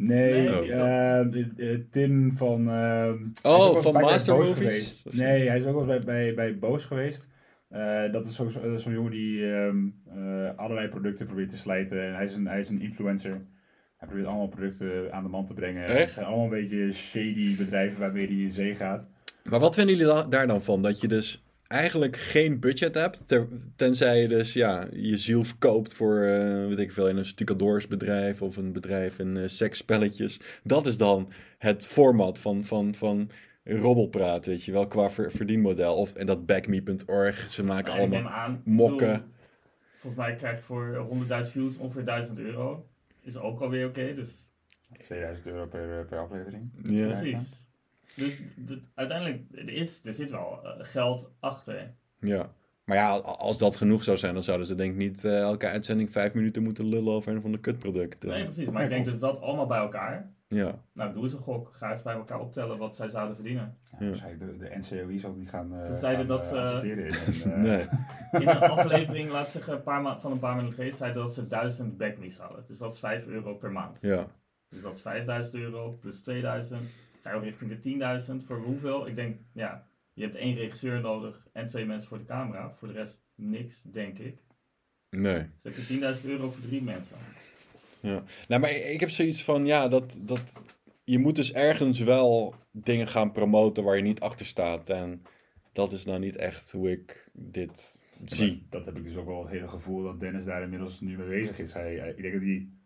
Nee, Tim van... van Master Movies? Nee, hij is ook wel eens bij Boos geweest. Dat is zo'n jongen die allerlei producten probeert te slijten. En hij is een influencer. Hij probeert allemaal producten aan de man te brengen. Echt? Het zijn allemaal een beetje shady bedrijven waarmee hij in zee gaat. Maar wat vinden jullie daar dan van? Dat je dus eigenlijk geen budget hebt, tenzij je dus je ziel verkoopt voor, weet ik veel, in een stucadoorsbedrijf of een bedrijf in seksspelletjes. Dat is dan het format van roddelpraat, weet je wel, qua verdienmodel. En dat backme.org, ze maken allemaal mokken. Volgens mij krijg je voor 100.000 views ongeveer €1.000. Is ook alweer oké, dus... €2000 per aflevering. Ja. Precies. Dus uiteindelijk, er zit wel geld achter. Ja, maar ja, als dat genoeg zou zijn, dan zouden ze denk ik niet elke uitzending 5 minuten moeten lullen over een van de kutproducten. Nee, precies. Maar ik denk dus dat allemaal bij elkaar. Ja. Nou, doe eens een gok. Ga eens bij elkaar optellen wat zij zouden verdienen. Ja, waarschijnlijk de NCOI zal die gaan ze zeiden dat nee. In een aflevering, laat ik zeggen, van een paar maanden geleden, zeiden dat ze 1000 backme's hadden. Dus dat is €5 per maand. Ja. Dus dat is €5.000 plus 2000. Ga je ook richting de 10.000. Voor hoeveel? Ik denk, je hebt 1 regisseur nodig en 2 mensen voor de camera. Voor de rest niks, denk ik. Nee. Dus heb je €10.000 voor 3 mensen. Ja. Nou, maar ik heb zoiets van, dat je moet dus ergens wel dingen gaan promoten waar je niet achter staat. En dat is nou niet echt hoe ik dit zie. Dat heb ik dus ook wel het hele gevoel dat Dennis daar inmiddels nu mee bezig is. Ik denk dat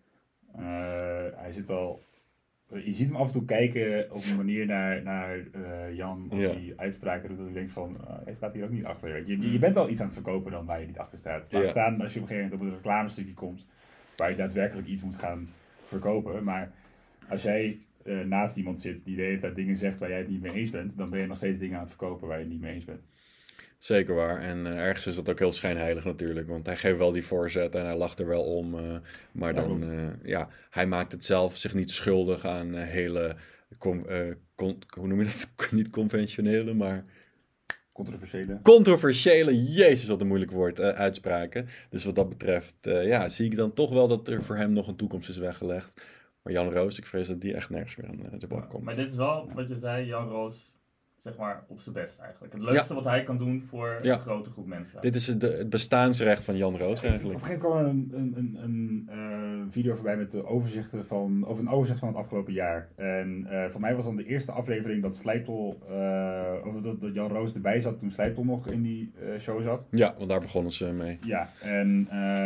hij zit al... Je ziet hem af en toe kijken op een manier naar Jan als hij uitspraken doet. Dat ik denk van, hij staat hier ook niet achter. Weet je bent al iets aan het verkopen dan waar je niet achter staat. Laat staan als je op een gegeven moment op een reclamestukje komt waar je daadwerkelijk iets moet gaan verkopen. Maar als jij naast iemand zit die de hele tijd dingen zegt waar jij het niet mee eens bent, dan ben je nog steeds dingen aan het verkopen waar je het niet mee eens bent. Zeker waar. En ergens is dat ook heel schijnheilig natuurlijk. Want hij geeft wel die voorzet en hij lacht er wel om. Maar dan, hij maakt het zelf zich niet schuldig aan hele hoe noem je dat? Niet conventionele, maar controversiële, jezus wat een moeilijk woord, uitspraken. Dus wat dat betreft, zie ik dan toch wel dat er voor hem nog een toekomst is weggelegd. Maar Jan Roos, ik vrees dat die echt nergens meer aan de bak komt. Maar dit is wel, wat je zei, Jan Roos, zeg maar, op zijn best eigenlijk. Het leukste wat hij kan doen voor een grote groep mensen. Dit is het bestaansrecht van Jan Roos eigenlijk. Op een gegeven moment kwam er een video voorbij met de overzichten over een overzicht van het afgelopen jaar. En voor mij was dan de eerste aflevering dat Slijptol, dat Jan Roos erbij zat toen Slijptol nog in die show zat. Ja, want daar begonnen ze mee. Ja, en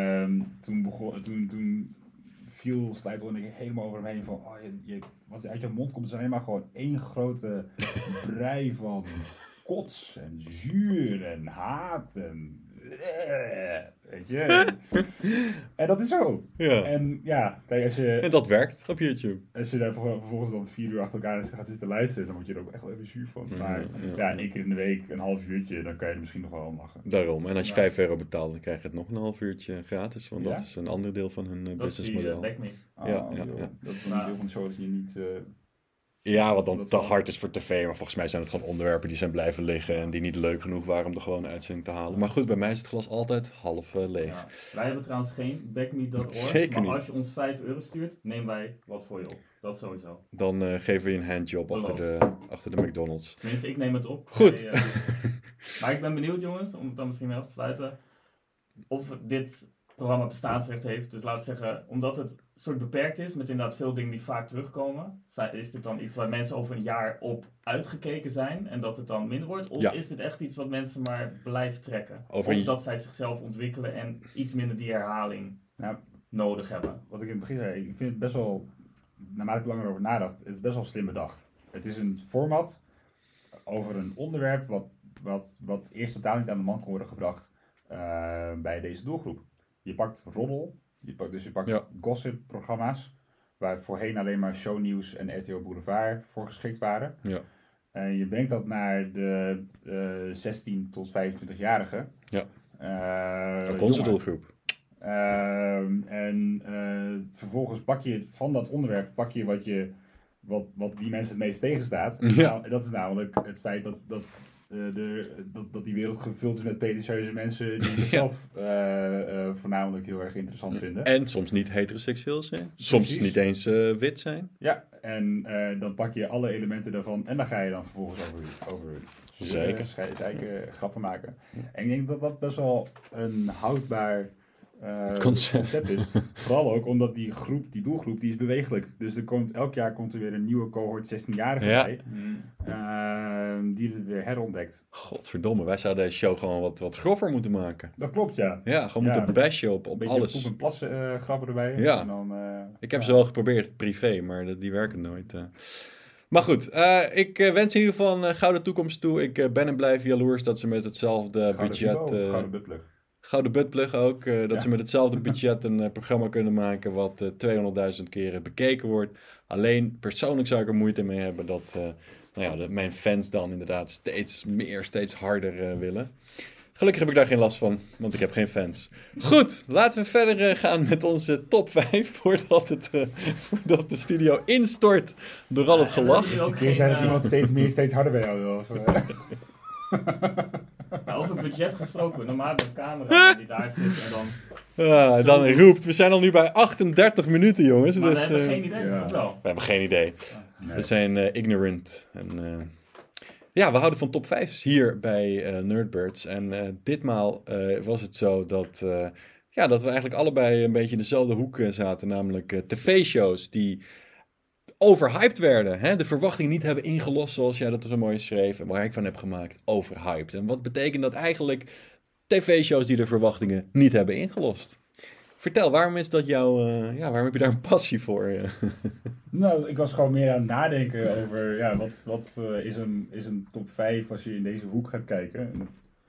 toen viel Slijptol en ik helemaal over hem heen van, wat uit je mond komt is alleen maar gewoon één grote brei van kots en zuur en haat en weet je. En dat is zo. Ja. En ja, kijk, als je... En dat werkt op YouTube. Als je daar vervolgens dan 4 uur achter elkaar gaat zitten luisteren, dan word je er ook echt wel even zuur van. Maar ja, 1 keer in de week, een half uurtje, dan kan je er misschien nog wel om lachen. Daarom. En als je €5 betaalt, dan krijg je het nog een half uurtje gratis. Want dat is een ander deel van hun businessmodel. Dat is Dat is een deel van de show dat je niet... Ja, wat dan te hard is voor tv. Maar volgens mij zijn het gewoon onderwerpen die zijn blijven liggen. En die niet leuk genoeg waren om de gewone uitzending te halen. Maar goed, bij mij is het glas altijd half leeg. Ja. Wij hebben trouwens geen backme.org. Zeker niet. Maar als je ons €5 stuurt, nemen wij wat voor je op. Dat sowieso. Dan geven we je een handjob achter de McDonald's. Tenminste, ik neem het op. Goed. Maar ik ben benieuwd, jongens, om het dan misschien mee af te sluiten. Of dit programma bestaansrecht heeft. Dus laten we zeggen, omdat het soort beperkt is, met inderdaad veel dingen die vaak terugkomen, is dit dan iets waar mensen over een jaar op uitgekeken zijn en dat het dan minder wordt? Of is dit echt iets wat mensen maar blijft trekken? Of dat zij zichzelf ontwikkelen en iets minder die herhaling nodig hebben? Wat ik in het begin zei, ik vind het best wel, naarmate ik langer over nadacht, het is best wel slim bedacht. Het is een format over een onderwerp wat eerst totaal niet aan de man kon worden gebracht bij deze doelgroep. Je pakt roddel, je pakt gossip-programma's, waar voorheen alleen maar shownieuws en RTL Boulevard voor geschikt waren. Ja. Je brengt dat naar de 16 tot 25-jarigen. Ja. Ook onze doelgroep. Vervolgens pak je van dat onderwerp wat die mensen het meest tegenstaat. Ja. En dat is namelijk het feit dat die wereld gevuld is met pretentieuze mensen die zichzelf voornamelijk heel erg interessant vinden. En soms niet heteroseksueel zijn. Soms Precies. niet eens wit zijn. Ja, en dan pak je alle elementen daarvan en dan ga je dan vervolgens over Zeker. grappen maken. En ik denk dat dat best wel een houdbaar concept is. Vooral ook omdat die doelgroep, die is bewegelijk. Dus elk jaar komt er weer een nieuwe cohort 16-jarigen bij. Die het weer herontdekt. Godverdomme, wij zouden deze show gewoon wat grover moeten maken. Dat klopt, ja. Ja, gewoon moeten bashen op alles. Poep en plassen grappen erbij. Ja. En dan, ik heb ze wel geprobeerd, privé, maar die werken nooit. Maar goed, ik wens in ieder geval een gouden toekomst toe. Ik ben en blijf jaloers dat ze met hetzelfde budget... Gouden buttplug. Gouden buttplug ook. Dat ze met hetzelfde budget een programma kunnen maken wat 200.000 keren bekeken wordt. Alleen persoonlijk zou ik er moeite mee hebben dat mijn fans dan inderdaad steeds harder willen. Gelukkig heb ik daar geen last van, want ik heb geen fans. Goed, laten we verder gaan met onze top 5 voordat de studio instort door al het gelach. Dus de keer zijn dat iemand steeds harder bij jou wil. Over budget gesproken, normaal de camera die daar zit en dan... Dan roept, we zijn al nu bij 38 minuten jongens. Maar dus, we hebben geen idee, of wel? We hebben geen idee. Nee. We zijn ignorant. En, we houden van top 5's hier bij Nerdbirds. En ditmaal was het zo dat we eigenlijk allebei een beetje in dezelfde hoek zaten. Namelijk tv-shows die overhyped werden. Hè? De verwachtingen niet hebben ingelost zoals jij dat zo mooi schreef. En waar ik van heb gemaakt, overhyped. En wat betekent dat eigenlijk? TV-shows die de verwachtingen niet hebben ingelost. Vertel, waarom is dat waarom heb je daar een passie voor? Nou, ik was gewoon meer aan het nadenken over wat is een top 5 als je in deze hoek gaat kijken.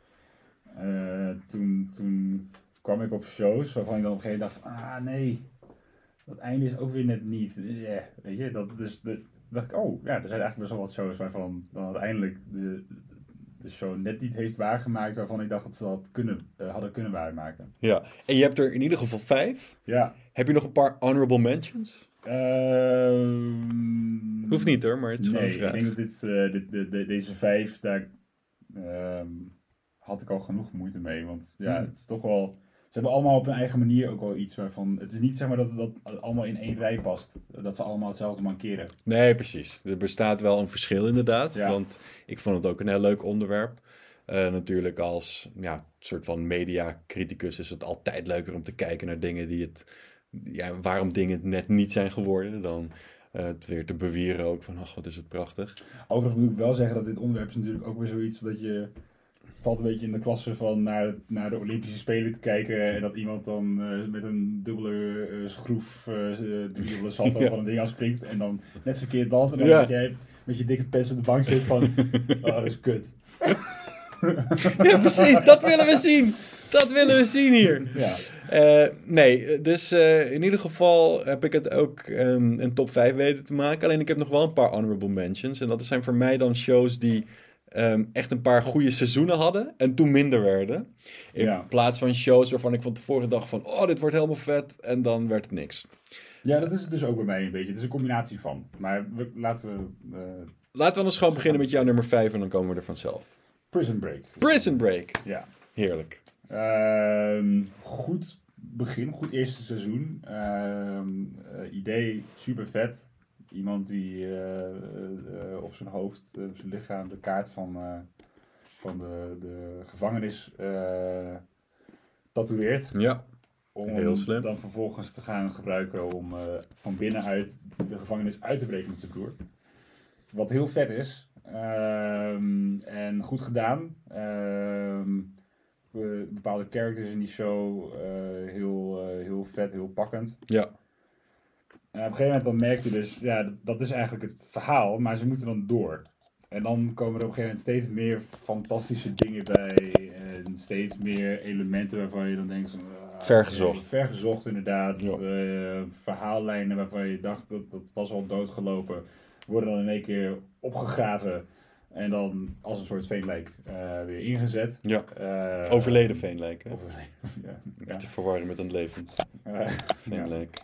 Toen kwam ik op shows waarvan ik dan op een gegeven moment dacht van, nee, dat einde is ook weer net niet. Weet je, dacht ik, er zijn eigenlijk best wel wat shows waarvan dan uiteindelijk de show net niet heeft waargemaakt waarvan ik dacht dat ze dat hadden kunnen waarmaken. Ja, en je hebt er in ieder geval 5. Ja. Heb je nog een paar honorable mentions? Hoeft niet hoor, maar het is gewoon een Nee, vraag. ik denk dat deze 5, daar had ik al genoeg moeite mee. Want ja, het is toch wel... Ze hebben allemaal op hun eigen manier ook wel iets waarvan... Het is niet zeg maar dat het allemaal in één rij past. Dat ze allemaal hetzelfde mankeren. Nee, precies. Er bestaat wel een verschil inderdaad. Ja. Want ik vond het ook een heel leuk onderwerp. Natuurlijk als soort van mediacriticus is het altijd leuker om te kijken naar dingen die waarom dingen net niet zijn geworden. Dan het weer te bewieren ook van, ach wat is het prachtig. Overigens moet ik wel zeggen dat dit onderwerp is natuurlijk ook weer zoiets dat je... valt een beetje in de klasse van naar de Olympische Spelen te kijken en dat iemand dan met een dubbele schroef, dubbele salto van een ding afspringt en dan net verkeerd landt en dan dat jij met je dikke pens op de bank zit van, oh dat is kut. Ja precies, dat willen we zien. Dat willen we zien hier. Ja. Nee, dus in ieder geval heb ik het ook een top 5 weten te maken. Alleen ik heb nog wel een paar honorable mentions. En dat zijn voor mij dan shows die echt een paar goede seizoenen hadden en toen minder werden. In plaats van shows waarvan ik van tevoren dacht van, oh, dit wordt helemaal vet. En dan werd het niks. Ja, dat is het dus ook bij mij een beetje. Het is een combinatie van. Maar laten we anders gewoon beginnen met jouw nummer 5 en dan komen we er vanzelf. Prison Break. Prison Break. Ja. Heerlijk. Goed begin, goed eerste seizoen. Idee super vet. Iemand die op zijn hoofd, op zijn lichaam de kaart van de gevangenis tatoeëert. Ja, om heel slim. Dan vervolgens te gaan gebruiken om van binnenuit de gevangenis uit te breken met zijn broer. Wat heel vet is. En goed gedaan. Bepaalde characters in die show heel vet, heel pakkend. Ja. En op een gegeven moment dan merk je dus, ja, dat is eigenlijk het verhaal, maar ze moeten dan door. En dan komen er op een gegeven moment steeds meer fantastische dingen bij. En steeds meer elementen waarvan je dan denkt van... Vergezocht. Vergezocht inderdaad. Ja. Verhaallijnen waarvan je dacht dat was al doodgelopen. Worden dan in één keer opgegraven. En dan als een soort veenlijk weer ingezet. Ja. Overleden veenlijk. Hè? Overleden, ja. Te verwarren met een levend veenlijk.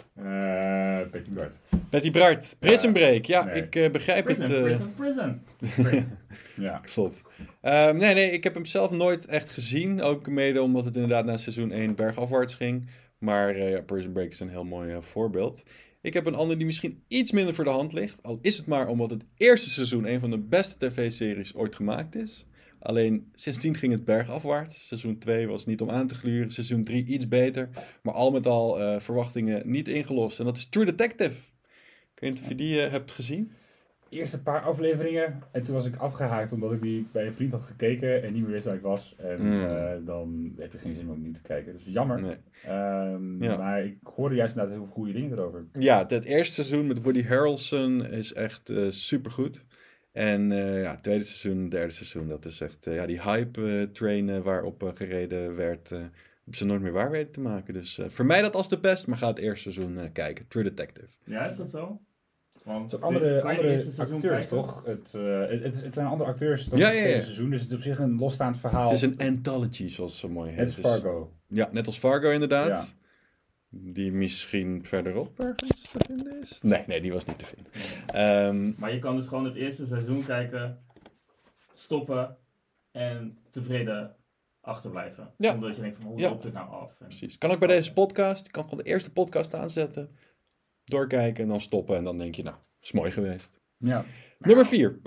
Betty Bart. Betty Bart, Prison Break. Ja, nee. Ik begrijp Prison. Ja. Klopt. Nee, ik heb hem zelf nooit echt gezien. Ook mede omdat het inderdaad na seizoen 1 bergafwaarts ging. Maar Prison Break is een heel mooi voorbeeld. Ik heb een ander die misschien iets minder voor de hand ligt. Al is het maar omdat het eerste seizoen een van de beste tv-series ooit gemaakt is. Alleen sindsdien ging het bergafwaarts. Seizoen 2 was niet om aan te gluren. Seizoen 3 iets beter. Maar al met al verwachtingen niet ingelost. En dat is True Detective. Ik weet niet of je die hebt gezien. Eerste paar afleveringen. En toen was ik afgehaakt omdat ik die bij een vriend had gekeken en niet meer wist waar ik was. En dan heb je geen zin meer om opnieuw te kijken. Dus jammer. Nee. Maar ik hoorde juist inderdaad heel veel goede dingen erover. Ja, het eerste seizoen met Woody Harrelson is echt supergoed. En het tweede seizoen, derde seizoen, dat is echt... die hype train waarop gereden werd, hebben ze nooit meer waar weten te maken. Dus voor mij dat als de best, maar ga het eerste seizoen kijken. True Detective. Ja, is dat zo? Want Het zijn andere seizoen acteurs, kijken? toch? Het zijn andere acteurs dan Ja, het ja, tweede ja. seizoen, dus het is op zich een losstaand verhaal. Het is een anthology, zoals het zo mooi heet. Het is Fargo. Ja, net als Fargo inderdaad. Ja. Die misschien verderop ergens te vinden is. Nee, die was niet te vinden. Maar je kan dus gewoon het eerste seizoen kijken, stoppen en tevreden achterblijven. Ja. Zonder dat je denkt van hoe Ja. loopt dit nou af? En... Precies. Kan ook bij deze podcast. Je kan gewoon de eerste podcast aanzetten. Doorkijken en dan stoppen. En dan denk je, nou, is mooi geweest. Ja. Nummer 4.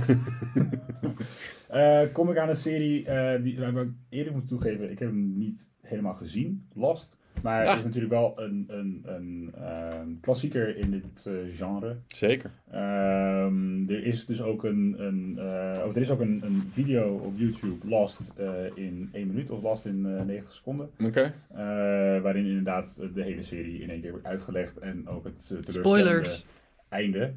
Kom ik aan een serie die ik eerlijk moet toegeven, ik heb hem niet helemaal gezien, Lost. Maar het is natuurlijk wel een klassieker in dit genre. Zeker. Er is dus ook een video op YouTube, Lost in 1 minuut of Lost in 90 seconden. Oké. Waarin inderdaad de hele serie in één keer wordt uitgelegd en ook het Spoilers. einde.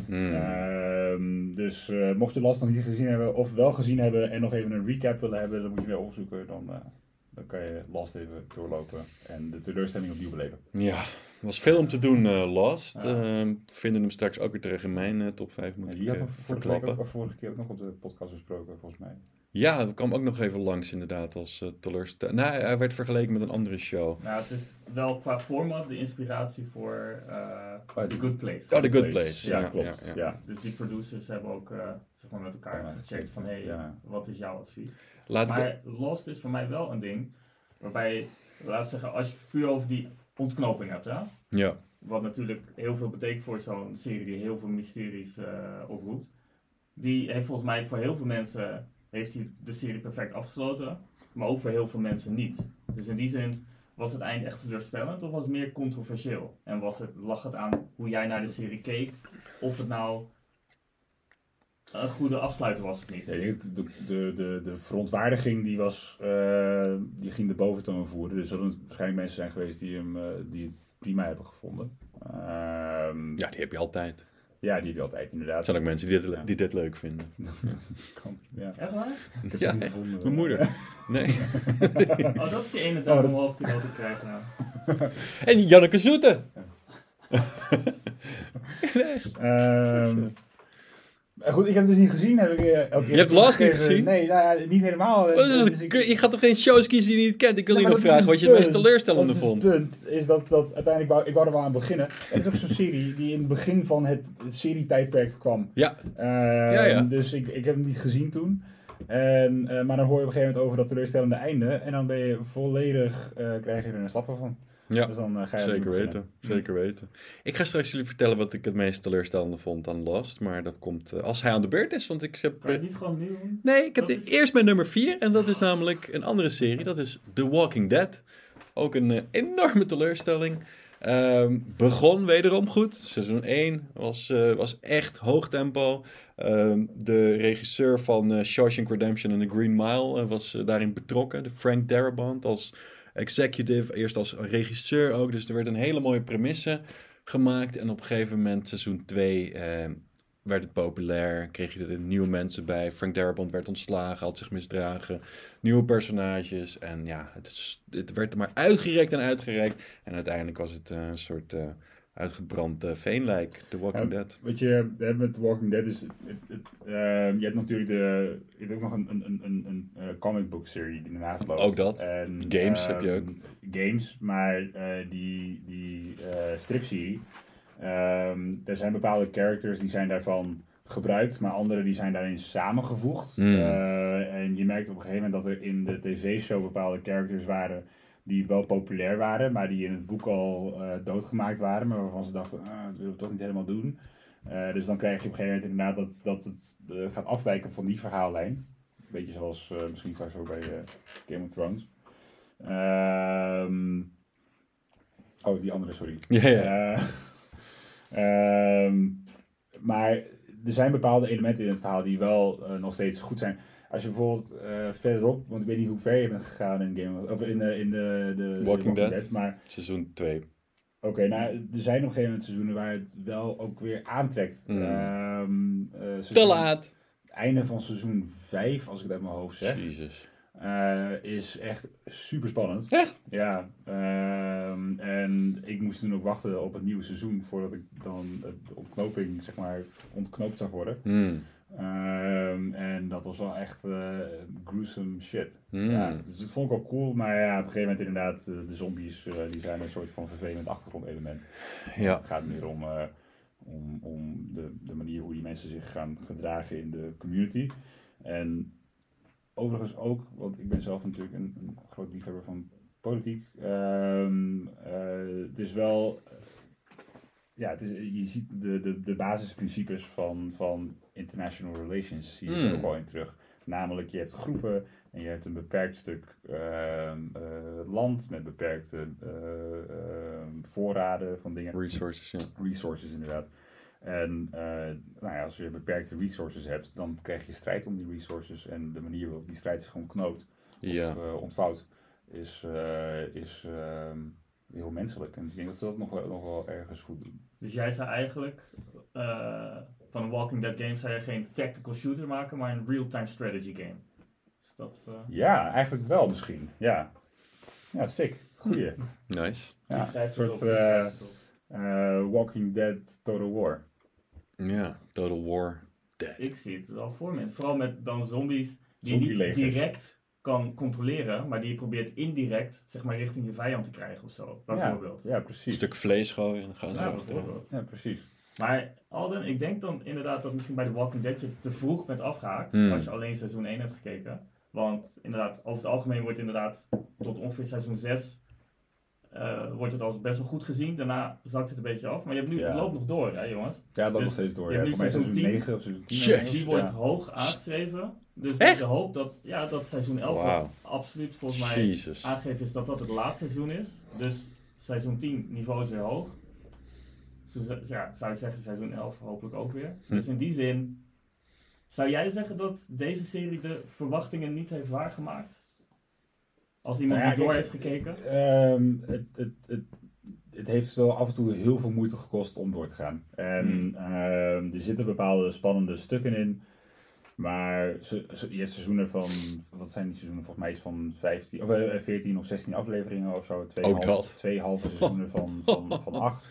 Dus mocht je Lost nog niet gezien hebben of wel gezien hebben en nog even een recap willen hebben, dan moet je weer opzoeken. Dan kan je Lost even doorlopen en de teleurstelling opnieuw beleven. Ja, was veel om te doen, Lost. Ja. Vinden hem straks ook weer terug in mijn top 5. Moet Die ik had verklappen. vorige keer ook nog op de podcast besproken, volgens mij. Ja, dat kwam ook nog even langs inderdaad als teleurstelling. Nou, hij werd vergeleken met een andere show. Nou, het is wel qua format de inspiratie voor The Good Place. Oh, The Good Place. Ja, klopt. Ja. Dus die producers hebben ook zeg maar met elkaar gecheckt van wat is jouw advies? Maar Lost is voor mij wel een ding waarbij, laten we zeggen, als je puur over die ontknoping hebt, hè? Ja. Wat natuurlijk heel veel betekent voor zo'n serie die heel veel mysteries oproept. Die heeft volgens mij voor heel veel mensen heeft hij de serie perfect afgesloten, maar ook voor heel veel mensen niet. Dus in die zin was het eind echt teleurstellend of was het meer controversieel? En lag het aan hoe jij naar de serie keek, of het nou een goede afsluiter was of niet? Ja, de verontwaardiging die ging de boventoon voeren. Dus er zullen waarschijnlijk mensen zijn geweest die het prima hebben gevonden. Ja, die heb je altijd. Ja, die heb je altijd inderdaad. Er zijn ook mensen die dit leuk vinden. Ja. Echt waar? Ik heb Ja, ze niet gevonden. mijn moeder. Nee. Oh, dat is die ene duim omhoog die we altijd krijgen. Nou. En Janneke Zoete. Goed, ik heb het dus niet gezien. Je hebt Lost niet gezien? Nee, nou ja, niet helemaal. Je gaat toch geen shows kiezen die je niet kent? Ik wil je nog vragen wat je het meest teleurstellende vond. Het punt is dat uiteindelijk, ik wou er wel aan beginnen. Het is ook zo'n serie die in het begin van het serietijdperk kwam. Ja. Dus ik heb hem niet gezien toen. Maar dan hoor je op een gegeven moment over dat teleurstellende einde. En dan ben je volledig, krijg je er een stappen van. Ja, dus dan ga je zeker weten. Ik ga straks jullie vertellen wat ik het meest teleurstellende vond aan Lost. Maar dat komt als hij aan de beurt is. Want ik heb... Kan je het niet gewoon nu doen? Nee, ik heb eerst mijn nummer 4. En dat is namelijk een andere serie. Dat is The Walking Dead. Ook een enorme teleurstelling. Begon wederom goed. Seizoen 1 was echt hoog tempo. De regisseur van Shawshank Redemption en The Green Mile was daarin betrokken. De Frank Darabont als executive, eerst als regisseur ook. Dus er werd een hele mooie premisse gemaakt. En op een gegeven moment, seizoen 2, werd het populair. Kreeg je er nieuwe mensen bij. Frank Darabont werd ontslagen, had zich misdragen. Nieuwe personages. En ja, het werd er maar uitgerekt. En uiteindelijk was het een soort uitgebrand veenlijk. The Walking Dead. Wat je hebt met The Walking Dead is... je hebt natuurlijk je hebt ook nog een comic book serie die ernaast loopt. Ook dat. En, Games heb je ook. Games, maar die stripserie... er zijn bepaalde characters die zijn daarvan gebruikt, maar andere die zijn daarin samengevoegd. En je merkt op een gegeven moment dat er in de tv-show bepaalde characters waren die wel populair waren, maar die in het boek al doodgemaakt waren, maar waarvan ze dachten, dat willen we toch niet helemaal doen. Dus dan krijg je op een gegeven moment inderdaad dat het gaat afwijken van die verhaallijn. Beetje zoals misschien straks ook bij Game of Thrones. Die andere, sorry. Maar er zijn bepaalde elementen in het verhaal die wel nog steeds goed zijn. Als je bijvoorbeeld verderop, want ik weet niet hoe ver je bent gegaan in de Walking Dead, maar seizoen 2. Oké, nou, er zijn op een gegeven moment seizoenen waar het wel ook weer aantrekt. Te laat! Einde van seizoen 5, als ik het uit mijn hoofd zeg. Jezus. Is echt super spannend. Echt? Ja. En ik moest toen ook wachten op het nieuwe seizoen voordat ik dan de ontknoping, zeg maar, ontknoopt zag worden. En dat was wel echt gruesome shit. Ja, dus dat vond ik wel cool, maar ja, op een gegeven moment inderdaad, de zombies, die zijn een soort van vervelend achtergrondelement. Ja. Het gaat meer om de manier hoe die mensen zich gaan gedragen in de community. En overigens ook, want ik ben zelf natuurlijk een groot liefhebber van politiek. Het is wel... je ziet de basisprincipes van international relations zie je er ook al in terug. Namelijk, je hebt groepen en je hebt een beperkt stuk land met beperkte voorraden van dingen. Resources, ja. Resources, inderdaad. En als je beperkte resources hebt, dan krijg je strijd om die resources. En de manier waarop die strijd zich ontknoopt of ontvouwt, is heel menselijk. En ik denk dat ze dat nog wel ergens goed doen. Dus jij zou eigenlijk van een Walking Dead game zou je geen tactical shooter maken, maar een real-time strategy game. Is dat... Ja, eigenlijk wel misschien. Ja, sick. Goeie. Nice. Die Ja, schrijft een het op, soort die schrijft het op. Walking Dead Total War. Ja, Total War Dead. Ik zie het wel voor me. Vooral met dan zombies die je niet Zombielegers. direct kan controleren, maar die je probeert indirect, zeg maar, richting je vijand te krijgen of zo. Bijvoorbeeld. Ja, Een precies. stuk vlees gooien en dan gaan ze Ja, achteraan. bijvoorbeeld. Ja, precies. Maar Alden, ik denk dan inderdaad dat misschien bij The Walking Dead je te vroeg bent afgehaakt als je alleen seizoen 1 hebt gekeken. Want inderdaad, over het algemeen wordt inderdaad tot ongeveer seizoen 6 wordt het als best wel goed gezien. Daarna zakt het een beetje af. Maar je hebt nu, Ja. het loopt nog door, hè jongens. Ja, dat Dus nog steeds door. je hebt Ja. nu Voor mij seizoen seizoen 10. 9 of seizoen 10. Jezus. Die wordt Ja. hoog aangeschreven. Dus Echt? de hoop dat, dat seizoen 11 Wauw. wat absoluut volgens mij Jezus. aangegeven is dat dat het laatste seizoen is. Dus seizoen 10 niveau is weer hoog. Ja, zou ik zeggen seizoen 11 hopelijk ook weer. Dus in die zin, zou jij zeggen dat deze serie de verwachtingen niet heeft waargemaakt? Als iemand Nou ja, die door kijk, heeft gekeken? Het heeft wel af en toe heel veel moeite gekost om door te gaan. En er zitten bepaalde spannende stukken in. Maar je hebt seizoenen van, wat zijn die seizoenen? Volgens mij is van 14 of 16 afleveringen of zo. Twee halve seizoenen van 8.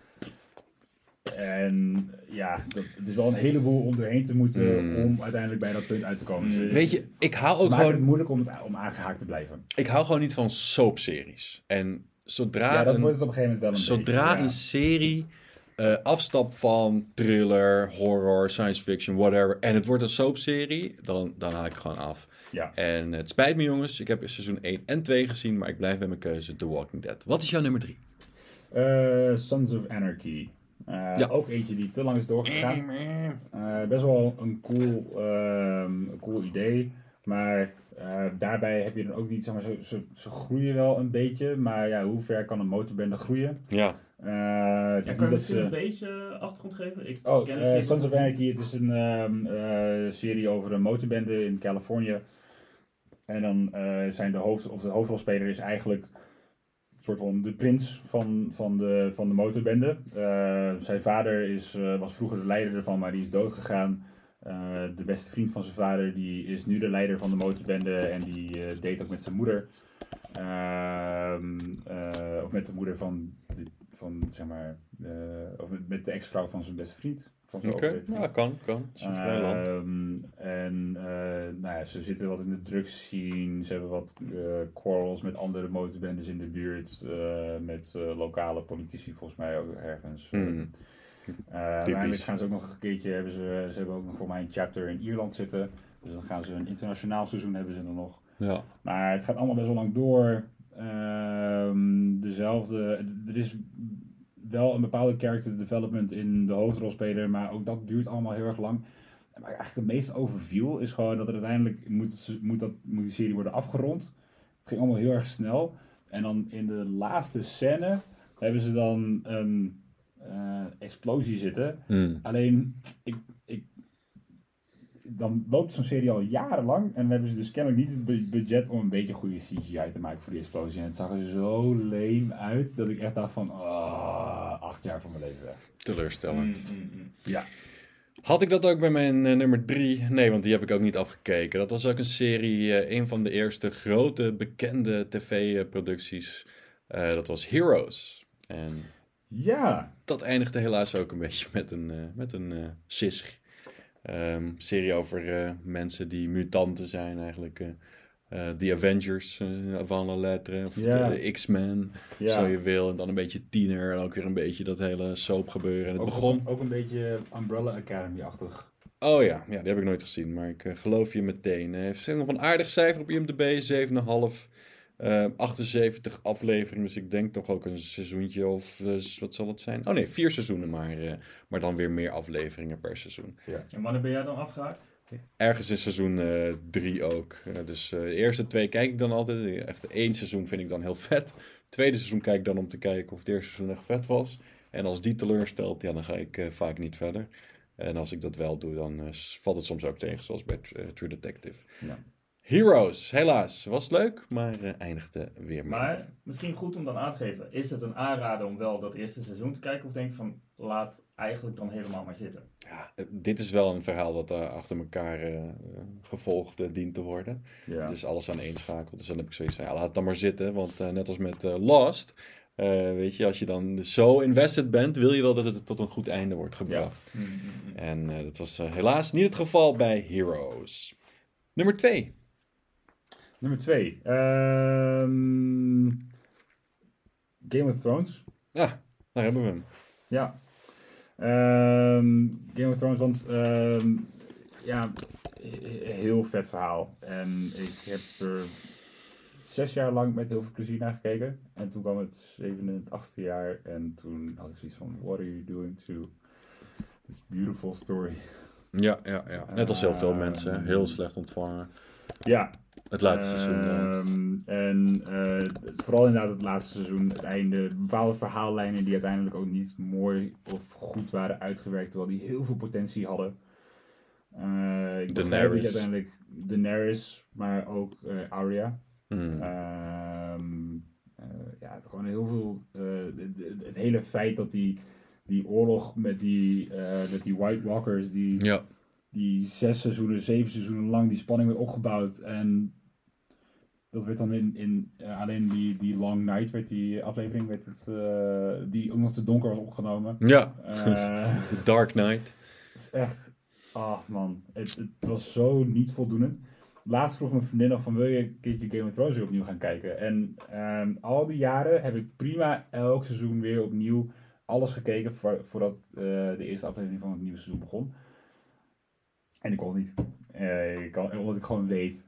En ja, het is wel een heleboel om doorheen te moeten om uiteindelijk bij dat punt uit te komen. Dus Weet je, ik hou het ook maakt het gewoon... moeilijk om aangehaakt te blijven. Ik hou gewoon niet van soapseries. En zodra Ja, dat een... wordt het op een gegeven moment wel een beetje. Zodra Ja. een serie afstapt van thriller, horror, science fiction, whatever, en het wordt een soapserie, dan haak ik gewoon af. Ja. En het spijt me jongens, ik heb seizoen 1 en 2 gezien, maar ik blijf bij mijn keuze The Walking Dead. Wat is jouw nummer 3? Sons of Anarchy. Ook eentje die te lang is doorgegaan. Best wel een cool idee. Maar daarbij heb je dan ook niet, zeg maar, ze groeien wel een beetje. Maar ja, hoe ver kan een motorbende groeien? Ja. Het is Kan je niet dat misschien ze... een beetje achtergrond geven? Ik Oh, ken het zeker. Sons of Anarchy, het is een serie over een motorbende in Californië. En dan zijn de hoofdrolspeler is eigenlijk een soort van de prins van de motorbende. Zijn vader was vroeger de leider ervan, maar die is doodgegaan. De beste vriend van zijn vader die is nu de leider van de motorbende en die date ook met zijn moeder. Of met de moeder zeg maar, of met de ex-vrouw van zijn beste vriend. Oké, ja, kan. Het is een vrij land. Nou ja, ze zitten wat in de drugsscene. Ze hebben wat quarrels met andere motorbendes in de buurt. Met lokale politici volgens mij ook ergens. Uiteindelijk gaan ze ook nog een keertje, ze hebben ook nog voor mij een chapter in Ierland zitten. Dus dan gaan ze een internationaal seizoen hebben ze dan nog. Ja. Maar het gaat allemaal best wel lang door. Er is wel een bepaalde character development in de hoofdrolspeler, maar ook dat duurt allemaal heel erg lang. En waar eigenlijk het meest overviel is gewoon dat er uiteindelijk moet die serie worden afgerond. Het ging allemaal heel erg snel. En dan in de laatste scène hebben ze dan een explosie zitten. Alleen, dan loopt zo'n serie al jarenlang en dan hebben ze dus kennelijk niet het budget om een beetje goede CGI te maken voor die explosie. En het zag er zo lame uit dat ik echt dacht van, 8 jaar van mijn leven weg. Teleurstellend. Ja. Had ik dat ook bij mijn nummer 3? Nee, want die heb ik ook niet afgekeken. Dat was ook een serie, een van de eerste grote bekende tv-producties. Dat was Heroes. En Ja. dat eindigde helaas ook een beetje met een sisg. Serie over mensen die mutanten zijn eigenlijk. The Avengers van la lettre. Of de X-Men, zo je wil. En dan een beetje tiener. En ook weer een beetje dat hele soap gebeuren. En het begon... Ook een beetje Umbrella Academy-achtig. Oh ja, die heb ik nooit gezien. Maar ik geloof je meteen. Hij heeft nog een aardig cijfer op IMDb. 7,5. 78 afleveringen. Dus ik denk toch ook een seizoentje of... wat zal het zijn? Oh nee, 4 seizoenen maar dan weer meer afleveringen per seizoen. Ja. En wanneer ben jij dan afgehaakt? Ergens in seizoen 3 ook. Dus de eerste 2 kijk ik dan altijd. Echt 1 seizoen vind ik dan heel vet. Tweede seizoen kijk ik dan om te kijken of het eerste seizoen echt vet was. En als die teleurstelt, dan ga ik vaak niet verder. En als ik dat wel doe, dan valt het soms ook tegen. Zoals bij True Detective. Ja. Heroes, helaas. Was leuk, maar eindigde weer minder. Maar misschien goed om dan aan te geven. Is het een aanrader om wel dat eerste seizoen te kijken? Of denk je van, laat eigenlijk dan helemaal maar zitten? Ja, dit is wel een verhaal dat achter elkaar gevolgd dient te worden. Ja. Het is alles aan één schakel. Dus dan heb ik zoiets van, ja, laat het dan maar zitten. Want net als met Lost, weet je, als je dan zo invested bent, wil je wel dat het tot een goed einde wordt gebracht. Ja. En dat was helaas niet het geval bij Heroes. Nummer 2. Nummer 2. Game of Thrones. Ja, daar hebben we hem. Ja. Game of Thrones, want ja, heel vet verhaal. En ik heb er 6 jaar lang met heel veel plezier naar gekeken. En toen kwam het 7e en 8e jaar. En toen had ik zoiets van, what are you doing to this beautiful story? Ja. Net als heel veel mensen. Heel slecht ontvangen. Ja. Het laatste seizoen. En vooral inderdaad het laatste seizoen, het einde. Bepaalde verhaallijnen die uiteindelijk ook niet mooi of goed waren uitgewerkt. Terwijl die heel veel potentie hadden. Ik begrijp dat je uiteindelijk Daenerys, maar ook Arya. Ja, het gewoon heel veel. Het hele feit dat die oorlog met die White Walkers, die 6 seizoenen, 7 seizoenen lang die spanning werd opgebouwd. En dat werd dan alleen die Long Night, werd die aflevering, die ook nog te donker was opgenomen. Ja, The Dark Knight. Het is echt, man, het was zo niet voldoende. Laatst vroeg mijn vriendin nog van, wil je een keertje Game of Thrones weer opnieuw gaan kijken? En al die jaren heb ik prima elk seizoen weer opnieuw alles gekeken voordat de eerste aflevering van het nieuwe seizoen begon. En ik kon niet. Omdat ik gewoon weet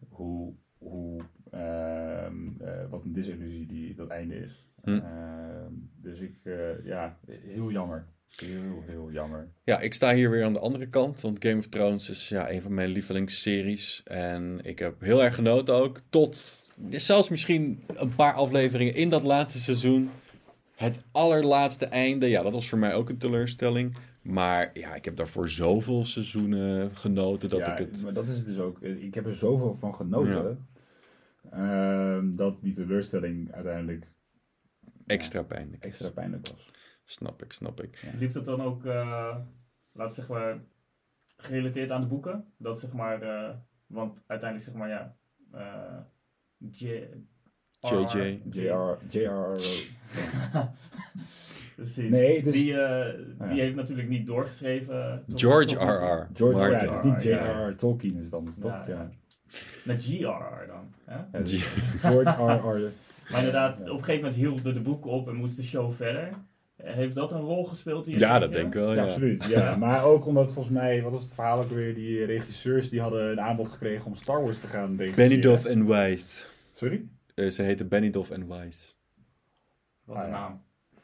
wat een disillusie dat einde is. Dus heel jammer. Heel jammer. Ja, ik sta hier weer aan de andere kant. Want Game of Thrones is een van mijn lievelingsseries. En ik heb heel erg genoten ook. Tot zelfs misschien een paar afleveringen in dat laatste seizoen. Het allerlaatste einde. Ja, dat was voor mij ook een teleurstelling. Maar ja, ik heb daarvoor zoveel seizoenen genoten dat ik het... maar dat is het dus ook. Ik heb er zoveel van genoten. Dat die teleurstelling uiteindelijk... Extra pijnlijk was. Snap ik. Ja. Liep dat dan ook, laten we zeggen, gerelateerd aan de boeken? Dat zeg maar, want uiteindelijk zeg maar, ja... J.R.R. Precies. Nee, dus, die heeft natuurlijk niet doorgeschreven. George R.R. George, het is niet J.R.R. Tolkien is dan. Met G.R.R. dan. Hè? George R.R. Maar inderdaad, op een gegeven moment hielden de boeken op en moest de show verder. Heeft dat een rol gespeeld hier? Ja, dat denk ik wel, ja. Absoluut, ja. Maar ook omdat volgens mij, wat was het verhaal ook weer, die regisseurs die hadden een aanbod gekregen om Star Wars te gaan regisseren. Benioff en Weiss. Sorry? Ze heten Benioff en Weiss. Wat een naam.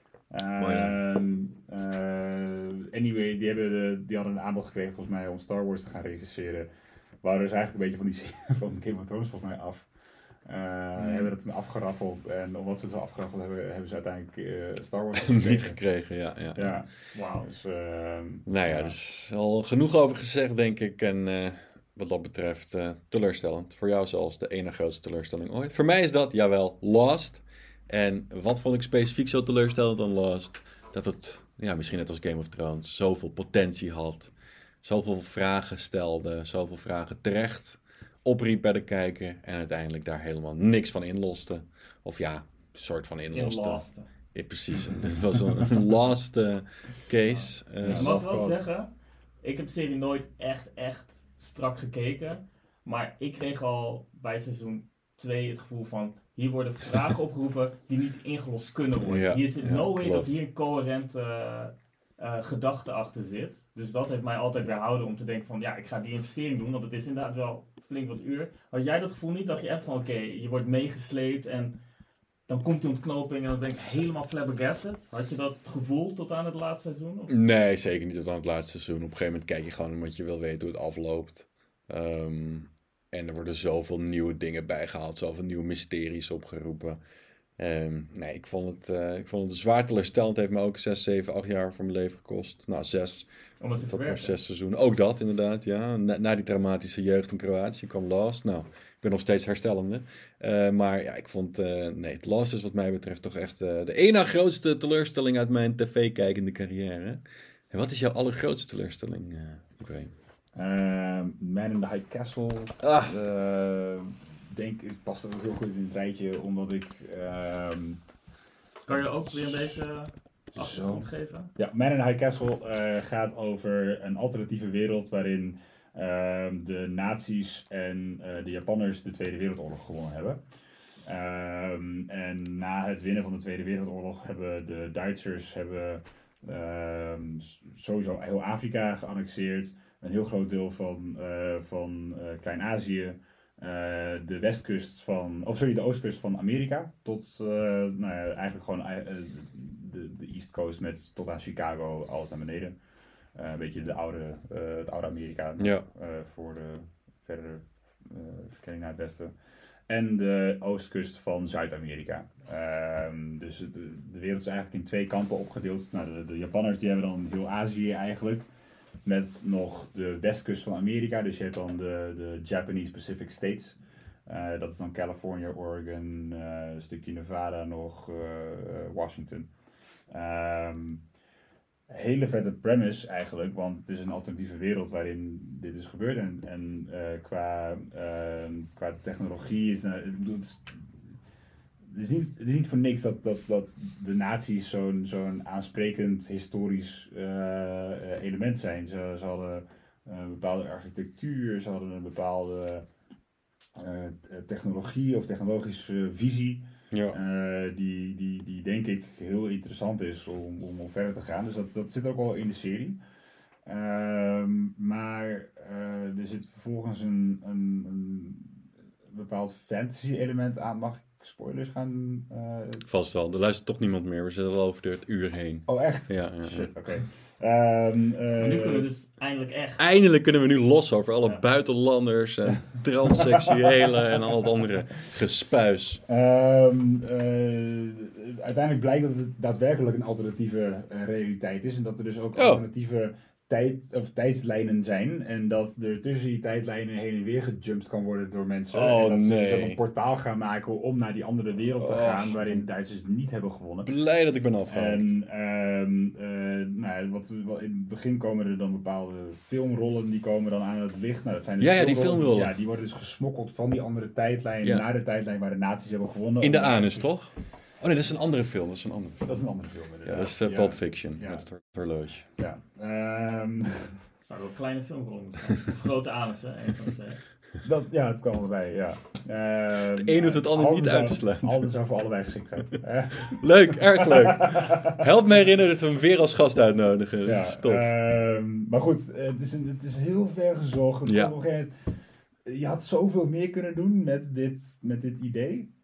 Anyway, die hadden een aanbod gekregen volgens mij om Star Wars te gaan regisseren. Waren dus eigenlijk een beetje van die serie van Game of Thrones volgens mij af. Hebben dat toen afgeraffeld. En omdat ze het zo afgeraffeld hebben ze uiteindelijk Star Wars niet gekregen. Ja. Wauw. Dus, nou ja, er is al genoeg over gezegd, denk ik. En wat dat betreft teleurstellend. Voor jou zelfs de ene grootste teleurstelling ooit. Voor mij is dat, jawel, Lost. En wat vond ik specifiek zo teleurstellend aan Lost? Dat het, ja, misschien net als Game of Thrones, zoveel potentie had. Zoveel vragen stelde. Zoveel vragen terecht opriep bij de kijker. En uiteindelijk daar helemaal niks van inloste. Of ja, een soort van inloste. Ja, precies. Het was een last case. Ik mag wel zeggen, ik heb de serie nooit echt strak gekeken. Maar ik kreeg al bij seizoen 2 het gevoel van... Hier worden vragen opgeroepen die niet ingelost kunnen worden. Ja, hier zit no way klopt. dat hier een coherente gedachte achter zit. Dus dat heeft mij altijd weerhouden om te denken van... Ja, ik ga die investering doen, want het is inderdaad wel flink wat uur. Had jij dat gevoel niet? Dacht je echt van oké, je wordt meegesleept en... Dan komt die ontknoping en dan ben ik helemaal flabbergasted. Had je dat gevoel tot aan het laatste seizoen? Of? Nee, zeker niet tot aan het laatste seizoen. Op een gegeven moment kijk je gewoon omdat je wil weten hoe het afloopt. En er worden zoveel nieuwe dingen bijgehaald. Zoveel nieuwe mysteries opgeroepen. Nee, ik vond het zwaar teleurstellend. Het heeft me ook 6, 7, 8 jaar van mijn leven gekost. Nou, 6. Om het te Wat maar verwerken. 6 seizoenen. Ook dat inderdaad, ja. Na die traumatische jeugd in Kroatië kwam Lost. Nou, ik ben nog steeds herstellende. Maar ja, ik vond... het Lost is wat mij betreft toch echt de ene na grootste teleurstelling uit mijn tv-kijkende carrière. En wat is jouw allergrootste teleurstelling, Oké. Man in the High Castle. Denk, het past ook heel goed in het rijtje, omdat ik... Kan je ook weer een beetje achtergrond geven? Ja, Man in the High Castle gaat over een alternatieve wereld waarin de nazi's en de Japanners de Tweede Wereldoorlog gewonnen hebben. En na het winnen van de Tweede Wereldoorlog hebben de Duitsers sowieso heel Afrika geannexeerd. Een heel groot deel van Klein-Azië. De oostkust van Amerika. Tot eigenlijk gewoon de East Coast tot aan Chicago, alles naar beneden. Een beetje het oude Amerika. Ja. Voor de verdere verkenning naar het westen. En de oostkust van Zuid-Amerika. Dus de wereld is eigenlijk in 2 kampen opgedeeld. Nou, de Japanners die hebben dan heel Azië eigenlijk. Met nog de westkust van Amerika. Dus je hebt dan de Japanese Pacific States. Dat is dan California, Oregon, een stukje Nevada nog, Washington. Hele vette premise eigenlijk, want het is een alternatieve wereld waarin dit is gebeurd. En qua technologie is het is niet voor niks dat de nazi's zo'n aansprekend historisch element zijn. Ze hadden een bepaalde architectuur, ze hadden een bepaalde technologie of technologische visie. Ja. Die denk ik heel interessant is om verder te gaan. Dus dat zit ook wel in de serie. Maar er zit vervolgens een bepaald fantasy element aan. Mag ik spoilers gaan? Vast wel. Er luistert toch niemand meer. We zitten al over het uur heen. Oh echt? Ja. Shit, oké. Maar nu kunnen we dus eindelijk echt... Eindelijk kunnen we nu los over alle buitenlanders en transseksuelen en al het andere gespuis. Uiteindelijk blijkt dat het daadwerkelijk een alternatieve realiteit is. En dat er dus ook alternatieve tijdslijnen zijn. En dat er tussen die tijdlijnen heen en weer gejumpt kan worden door mensen. En dat ze dus ook een portaal gaan maken om naar die andere wereld te gaan waarin de Duitsers niet hebben gewonnen. Blij dat ik ben afgehaald. En in het begin komen er dan bepaalde filmrollen die komen dan aan het licht. Nou, dat zijn dus die filmrollen. Ja, die worden dus gesmokkeld van die andere tijdlijn naar de tijdlijn waar de nazi's hebben gewonnen. In de anus, toch? Oh nee, dat is een andere film. Dat is een andere film, inderdaad. Ja, dat is Pulp Fiction, met het horloge. Ja. Het zou wel een kleine film worden. Of grote anus, hè? Het kan wel bij, ja. De een hoeft het ander niet uit te sluiten. Alles zou voor allebei geschikt zijn. Leuk, erg leuk. Help me herinneren dat we hem weer als gast uitnodigen. Ja, dat is tof. Maar goed, het is heel ver gezocht. Ja. Je had zoveel meer kunnen doen met dit idee.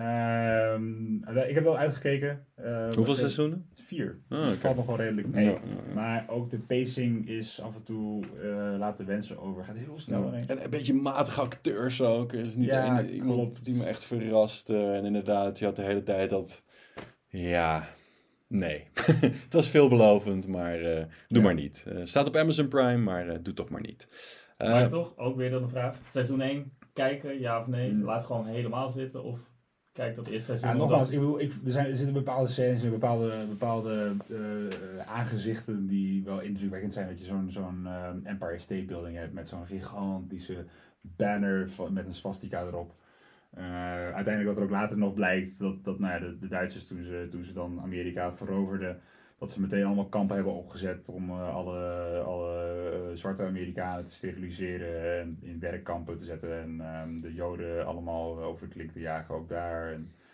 Ik heb wel uitgekeken. Hoeveel seizoenen? 4. Okay. Dat valt nog wel redelijk mee. Ja. Maar ook de pacing is af en toe laten wensen over. Gaat heel snel. Ja. En een beetje matige acteurs ook. Er is niet iemand die me echt verrast. En inderdaad, je had de hele tijd dat... Ja... Nee. Het was veelbelovend, maar doe maar niet. Staat op Amazon Prime, maar doe toch maar niet. Maar toch, ook weer dan de vraag. Seizoen 1, kijken, ja of nee? Laat gewoon helemaal zitten of kijk dat eerste seizoen. Ja, nogmaals, er zitten bepaalde scènes en bepaalde aangezichten die wel indrukwekkend zijn. Dat je zo'n Empire State Building hebt met zo'n gigantische banner met een swastika erop. Uiteindelijk wat er ook later nog blijkt, dat de Duitsers toen ze dan Amerika veroverden, dat ze meteen allemaal kampen hebben opgezet om alle zwarte Amerikanen te steriliseren en in werkkampen te zetten en de Joden allemaal over de klink te jagen ook daar.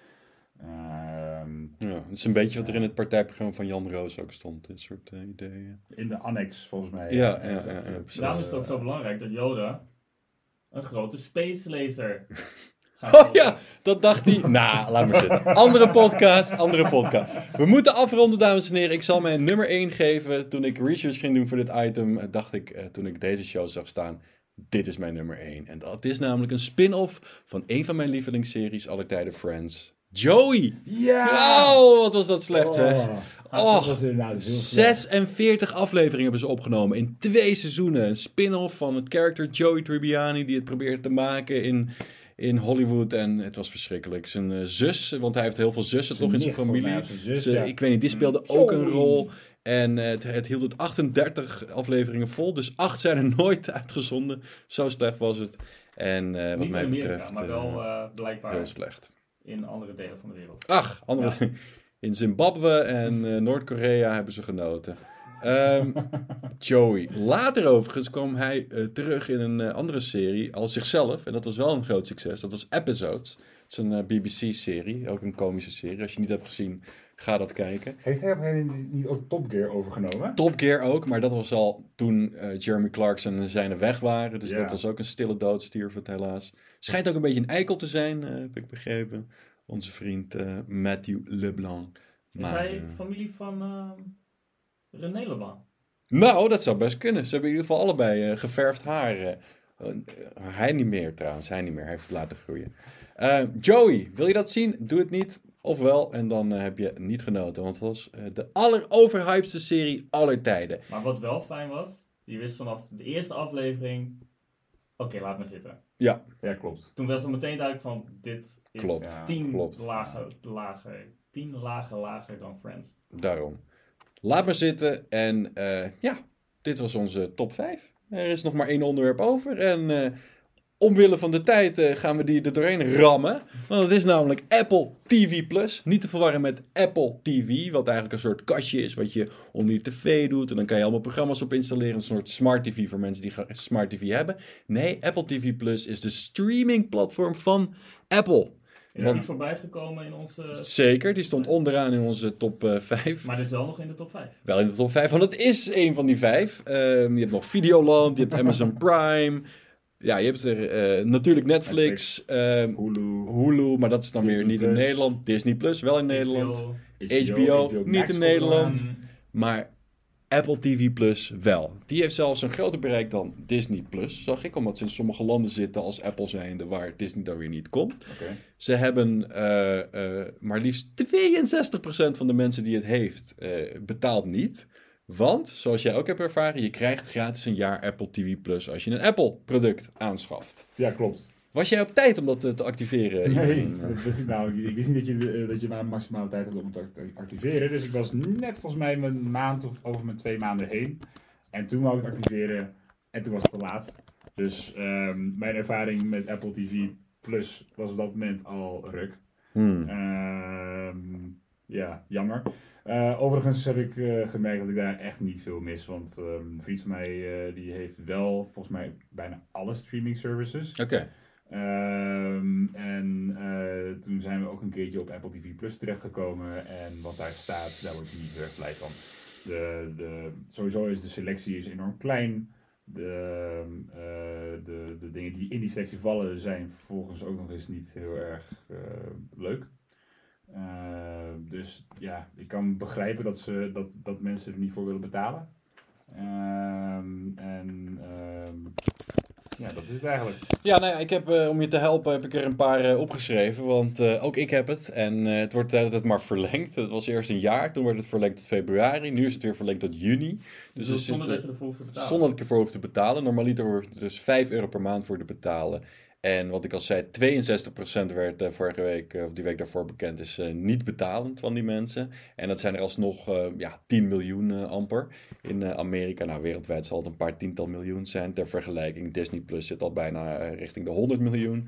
Het is een beetje wat er in het partijprogramma van Jan Roos ook stond, dit soort ideeën. In de annex volgens mij. Ja, daarom is het ook zo belangrijk dat Yoda een grote space laser... Oh ja, dat dacht hij. Nou, laat maar zitten. Andere podcast. We moeten afronden, dames en heren. Ik zal mijn nummer 1 geven. Toen ik research ging doen voor dit item, dacht ik, toen ik deze show zag staan, dit is mijn nummer 1. En dat is namelijk een spin-off van een van mijn lievelingsseries aller tijden, Friends. Joey! Ja! Oh, wat was dat slecht, zeg. Dat was inderdaad heel slecht. 46 afleveringen hebben ze opgenomen in 2 seizoenen. Een spin-off van het character Joey Tribbiani die het probeerde te maken in Hollywood. En het was verschrikkelijk. Zijn zus, want hij heeft heel veel zussen toch in zijn familie. Ik weet niet, die speelde ook een rol. En het hield het 38 afleveringen vol. Dus 8 zijn er nooit uitgezonden. Zo slecht was het. En wat Niet mij in Amerika, betreft maar wel blijkbaar heel slecht. in andere delen van de wereld. Ach, in Zimbabwe en Noord-Korea hebben ze genoten. Joey. Later overigens kwam hij terug in een andere serie als zichzelf. En dat was wel een groot succes. Dat was Episodes. Het is een BBC-serie. Ook een komische serie. Als je het niet hebt gezien, ga dat kijken. Heeft hij op een gegeven moment niet ook Top Gear overgenomen? Top Gear ook. Maar dat was al toen Jeremy Clarkson en zijne weg waren. Dus Ja. dat was ook een stille dood, stierf het helaas. Schijnt ook een beetje een eikel te zijn, heb ik begrepen. Onze vriend Matthew LeBlanc. Is hij familie van René Leblanc? Nou, dat zou best kunnen. Ze hebben in ieder geval allebei geverfd haar. Hij niet meer trouwens. Hij niet meer. Hij heeft het laten groeien. Joey, wil je dat zien? Doe het niet. Ofwel, en dan heb je niet genoten. Want het was de alleroverhypedste serie aller tijden. Maar wat wel fijn was, je wist vanaf de eerste aflevering, oké, laat maar zitten. Ja, Klopt. Toen was er meteen duidelijk van, dit is Klopt. 10 klopt. lagen lager dan Friends. Daarom. Laat maar zitten. En dit was onze top 5. Er is nog maar 1 onderwerp over. En omwille van de tijd gaan we die er doorheen rammen. Want het is namelijk Apple TV+. Niet te verwarren met Apple TV. Wat eigenlijk een soort kastje is wat je onder je tv doet. En dan kan je allemaal programma's op installeren. Een soort smart TV voor mensen die smart TV hebben. Nee, Apple TV+ is de streamingplatform van Apple. Is die voorbij gekomen in onze... Zeker, die stond onderaan in onze top 5. Maar dus wel nog in de top 5. Wel in de top 5, want het is een van die 5. Je hebt nog Videoland, je hebt Amazon Prime. Ja, je hebt er natuurlijk Netflix, Hulu, maar dat is dan weer niet in Nederland. Disney Plus, wel in Nederland. HBO niet in Nederland. Maar Apple TV Plus wel. Die heeft zelfs een groter bereik dan Disney Plus, zag ik. Omdat ze in sommige landen zitten als Apple zijnde, waar Disney dan weer niet komt. Okay. Ze hebben maar liefst 62% van de mensen die het heeft, betaalt niet. Want, zoals jij ook hebt ervaren, je krijgt gratis een jaar Apple TV Plus als je een Apple product aanschaft. Ja, klopt. Was jij op tijd om dat te activeren? Nee, dat wist ik nou. Ik wist niet dat je maar een maximale tijd hebt om het te activeren. Dus ik was net volgens mij mijn maand of over mijn 2 maanden heen. En toen wou ik het activeren en toen was het te laat. Dus mijn ervaring met Apple TV Plus was op dat moment al ruk. Ja, jammer. Overigens heb ik gemerkt dat ik daar echt niet veel mis. Want een vriend van mij die heeft wel volgens mij bijna alle streaming services. Oké. Toen zijn we ook een keertje op Apple TV Plus terechtgekomen. En wat daar staat, daar word je niet heel erg blij van. Sowieso is de selectie is enorm klein. De dingen die in die selectie vallen zijn vervolgens ook nog eens niet heel erg leuk. Dus ja, ik kan begrijpen dat mensen er niet voor willen betalen. Ja, dat is het eigenlijk. Ja, nou ja, ik heb, om je te helpen, heb ik er een paar opgeschreven. Want ook ik heb het. En het wordt de hele tijd maar verlengd. Het was eerst een jaar, toen werd het verlengd tot februari. Nu is het weer verlengd tot juni. Dus zonder dat je ervoor hoeft te betalen? Zonder dat ik ervoor hoef te betalen. Normaliter hoor je dus €5 per maand voor te betalen. En wat ik al zei, 62% werd vorige week, of die week daarvoor bekend, is niet betalend van die mensen. En dat zijn er alsnog 10 miljoen amper in Amerika. Nou, wereldwijd zal het een paar tiental miljoen zijn. Ter vergelijking, Disney Plus zit al bijna richting de 100 miljoen.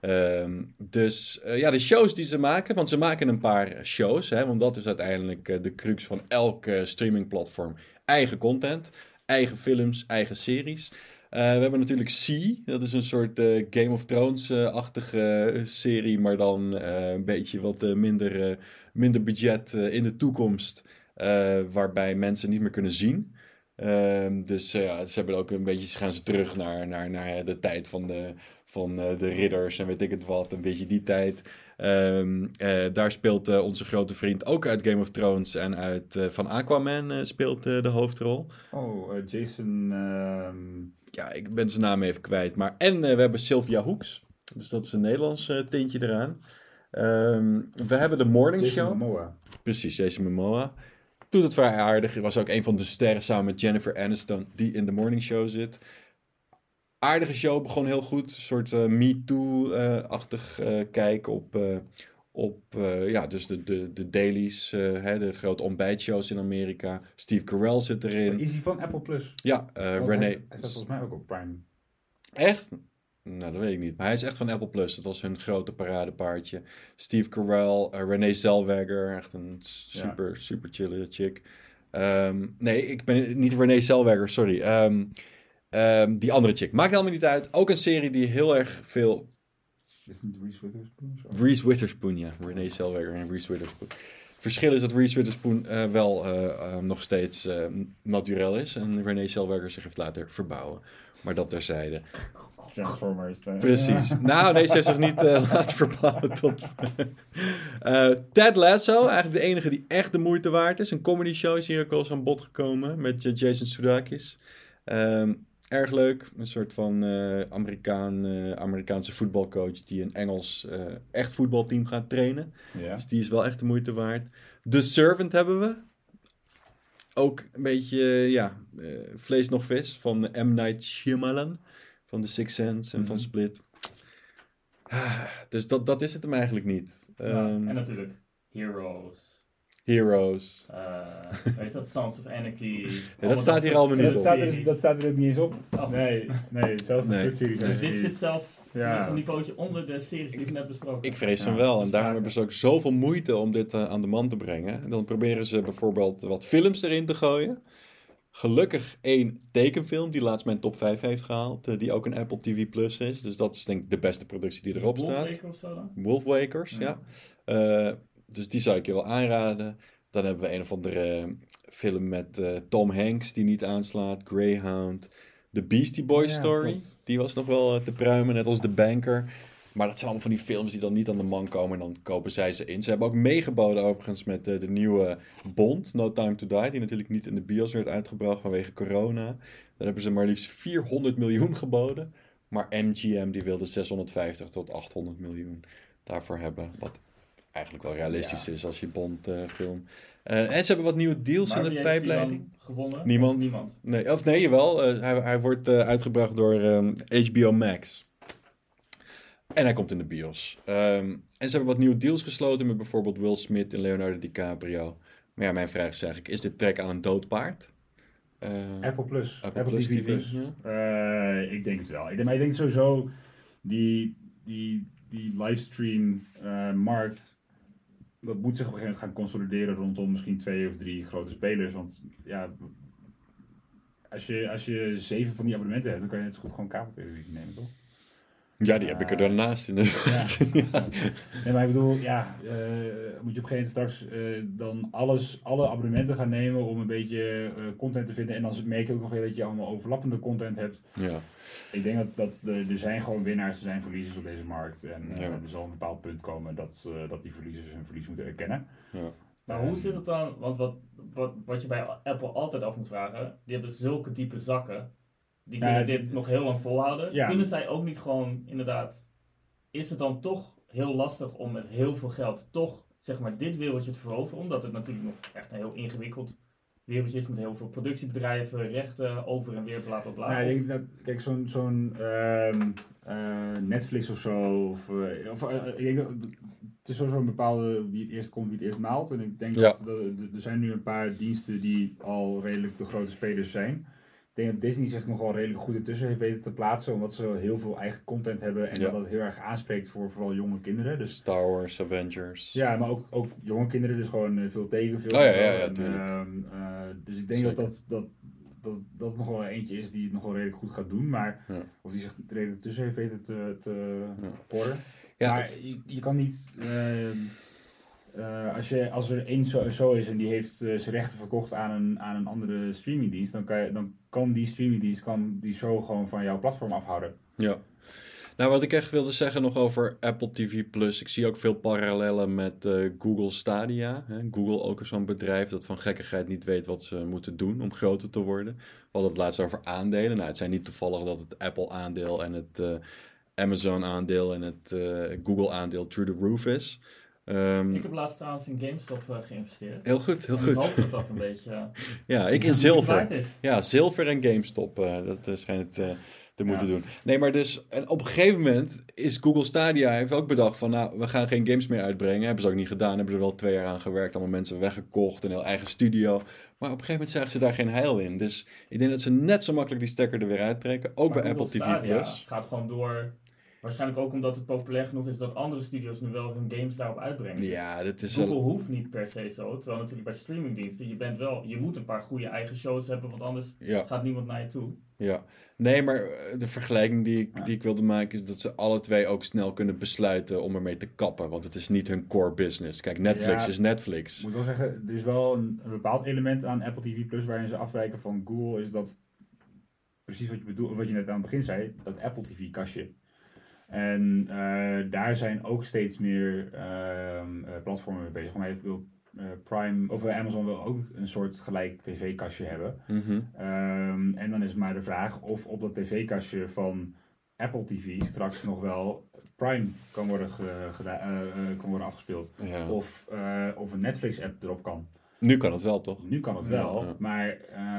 De shows die ze maken, want ze maken een paar shows, hè, want dat is uiteindelijk de crux van elk streamingplatform. Eigen content, eigen films, eigen series. We hebben natuurlijk C, dat is een soort Game of Thrones-achtige serie, maar dan een beetje wat minder budget in de toekomst, waarbij mensen niet meer kunnen zien. Dus ze hebben ook een beetje, gaan ze terug naar de tijd van de ridders en weet ik het wat, een beetje die tijd. Daar speelt onze grote vriend ook uit Game of Thrones en van Aquaman speelt de hoofdrol. Jason... Ja, ik ben zijn naam even kwijt. En we hebben Sylvia Hoeks. Dus dat is een Nederlands tintje eraan. We hebben de Morning Jason Show. Momoa. Precies, Jason Momoa. Doet het vrij aardig. Hij was ook een van de sterren samen met Jennifer Aniston die in de Morning Show zit. Aardige show, begon heel goed. Een soort Me Too-achtig kijk dus de dailies, de grote ontbijtshows in Amerika. Steve Carell zit erin. Is hij van Apple Plus? Ja, René. Hij staat volgens mij ook op Prime. Echt? Nou, dat weet ik niet. Maar hij is echt van Apple Plus. Dat was hun grote paradepaardje. Steve Carell, Renee Zellweger. Echt een super chille chick. Nee, ik ben niet Renee Zellweger, sorry. Die andere chick. Maakt helemaal niet uit. Ook een serie die heel erg veel... Is het niet Reese Witherspoon? Reese Witherspoon, ja. Renee Zellweger en Reese Witherspoon. Het verschil is dat Reese Witherspoon wel nog steeds naturel is. En Renee Zellweger zich heeft laten verbouwen. Maar dat terzijde. Transformers. Precies. Nou, nee, ze heeft zich niet laten verbouwen tot... Ted Lasso, eigenlijk de enige die echt de moeite waard is. Een comedy show is hier ook al eens aan bod gekomen met Jason Sudeikis. Erg leuk. Een soort van Amerikaanse voetbalcoach die een Engels echt voetbalteam gaat trainen. Ja. Dus die is wel echt de moeite waard. The Servant hebben we. Ook een beetje, vlees nog vis van M. Night Shyamalan. Van The Sixth Sense en van Split. Dus dat is het hem eigenlijk niet. En natuurlijk Heroes. Weet dat, Sons of Anarchy. Ja, dat staat hier allemaal niet op. Dat staat er ook niet eens op. Oh. Nee, zelfs de kutseries. Dus dit zit zelfs Ja. nog een niveautje onder de series die we net besproken. Ik vrees van wel. En daarom hebben ze ook zoveel moeite om dit aan de man te brengen. En dan proberen ze bijvoorbeeld wat films erin te gooien. Gelukkig 1 tekenfilm die laatst mijn top 5 heeft gehaald. Die ook een Apple TV Plus is. Dus dat is denk ik de beste productie die erop staat. Wolfwaker of zo dan? Wolfwakers, ja. Dus die zou ik je wel aanraden. Dan hebben we een of andere film met Tom Hanks die niet aanslaat. Greyhound. The Beastie Boys Story. Klopt. Die was nog wel te pruimen, net als The Banker. Maar dat zijn allemaal van die films die dan niet aan de man komen. En dan kopen zij ze in. Ze hebben ook meegeboden overigens met de nieuwe Bond, No Time to Die. Die natuurlijk niet in de bios werd uitgebracht vanwege corona. Daar hebben ze maar liefst 400 miljoen geboden. Maar MGM die wilde 650 tot 800 miljoen daarvoor hebben. Wat eigenlijk wel realistisch is als je Bond film. En ze hebben wat nieuwe deals in de pijpleiding. Gewonnen? Niemand. Nee, jawel. Hij wordt uitgebracht door HBO Max. En hij komt in de bios. En ze hebben wat nieuwe deals gesloten met bijvoorbeeld Will Smith en Leonardo DiCaprio. Maar ja, mijn vraag is eigenlijk, is dit trek aan een dood paard? Apple Plus. Apple TV Plus. Ja. Ik denk het wel. Maar ik denk sowieso die livestream markt, dat moet zich op een gegeven moment gaan consolideren rondom misschien 2 of 3 grote spelers. Want ja, als je 7 van die abonnementen hebt, dan kan je net zo goed gewoon kabeltelevisie nemen, toch? Ja, die heb ik er daarnaast inderdaad. Ja. Nee, maar ik bedoel, moet je op een gegeven moment straks dan alle abonnementen gaan nemen om een beetje content te vinden. En dan merk je ook nog weer dat je allemaal overlappende content hebt. Ja. Ik denk dat er zijn gewoon winnaars, er zijn verliezers op deze markt. En er zal een bepaald punt komen dat die verliezers hun verlies moeten erkennen. Ja. Maar hoe zit het dan? Want wat je bij Apple altijd af moet vragen, die hebben zulke diepe zakken. Die kunnen dit nog heel lang volhouden. Ja. Kunnen zij ook niet gewoon, inderdaad, is het dan toch heel lastig om met heel veel geld toch, zeg maar, dit wereldje te veroveren? Omdat het natuurlijk nog echt een heel ingewikkeld wereldje is met heel veel productiebedrijven, rechten, over en weer, bla bla bla. Ja, ik denk dat, kijk, zo'n Netflix of zo, ik denk dat het is sowieso een bepaalde wie het eerst komt, wie het eerst maalt. En ik denk dat er zijn nu een paar diensten die al redelijk de grote spelers zijn. Ik denk dat Disney zich nogal redelijk goed ertussen heeft weten te plaatsen, omdat ze heel veel eigen content hebben en dat heel erg aanspreekt voor vooral jonge kinderen. Dus, Star Wars, Avengers. Ja, maar ook jonge kinderen, dus gewoon veel teken, veel. Dus ik denk dat het nog wel eentje is die het nog wel redelijk goed gaat doen, maar of die zich redelijk tussen heeft weten te porren. Ja, maar je kan niet. Als er één zo is en die heeft zijn rechten verkocht aan een andere streamingdienst, dan kan die streamingdienst die show gewoon van jouw platform afhouden. Ja. Nou, wat ik echt wilde zeggen nog over Apple TV Plus. Ik zie ook veel parallellen met Google Stadia. Hè? Google ook zo'n bedrijf dat van gekkigheid niet weet wat ze moeten doen om groter te worden. We hadden het laatst over aandelen. Nou, het zijn niet toevallig dat het Apple aandeel en het Amazon-aandeel en het Google-aandeel through the roof is. Ik heb laatst trouwens in GameStop geïnvesteerd. Heel goed, heel en goed. Ik hoop dat dat een beetje... Ja, ik in zilver. Is. Ja, zilver en GameStop. Dat schijnt te moeten doen. Nee, maar dus... En op een gegeven moment is Google Stadia... heeft ook bedacht van... Nou, we gaan geen games meer uitbrengen. Hebben ze ook niet gedaan. Hebben er wel 2 jaar aan gewerkt. Allemaal mensen weggekocht. Een heel eigen studio. Maar op een gegeven moment zagen ze daar geen heil in. Dus ik denk dat ze net zo makkelijk die stekker er weer uittrekken. Ook maar bij Google Apple TV+. Stadia gaat gewoon door... Waarschijnlijk ook omdat het populair genoeg is dat andere studios nu wel hun games daarop uitbrengen. Ja, dat is Google hoeft niet per se zo. Terwijl natuurlijk bij streamingdiensten, je moet een paar goede eigen shows hebben, want anders gaat niemand naar je toe. Ja, nee, maar de vergelijking die ik wilde maken is dat ze alle 2 ook snel kunnen besluiten om ermee te kappen. Want het is niet hun core business. Kijk, Netflix is Netflix. Ik moet wel zeggen, er is wel een bepaald element aan Apple TV Plus waarin ze afwijken van Google. Is dat precies wat je net aan het begin zei, dat Apple TV kastje. En daar zijn ook steeds meer platformen mee bezig. Maar Amazon wil ook een soort gelijk tv-kastje hebben. Mm-hmm. En dan is maar de vraag of op dat tv-kastje van Apple TV straks nog wel Prime kan worden afgespeeld. Ja. Of een Netflix-app erop kan. Nu kan het wel, toch? Nu kan het wel, maar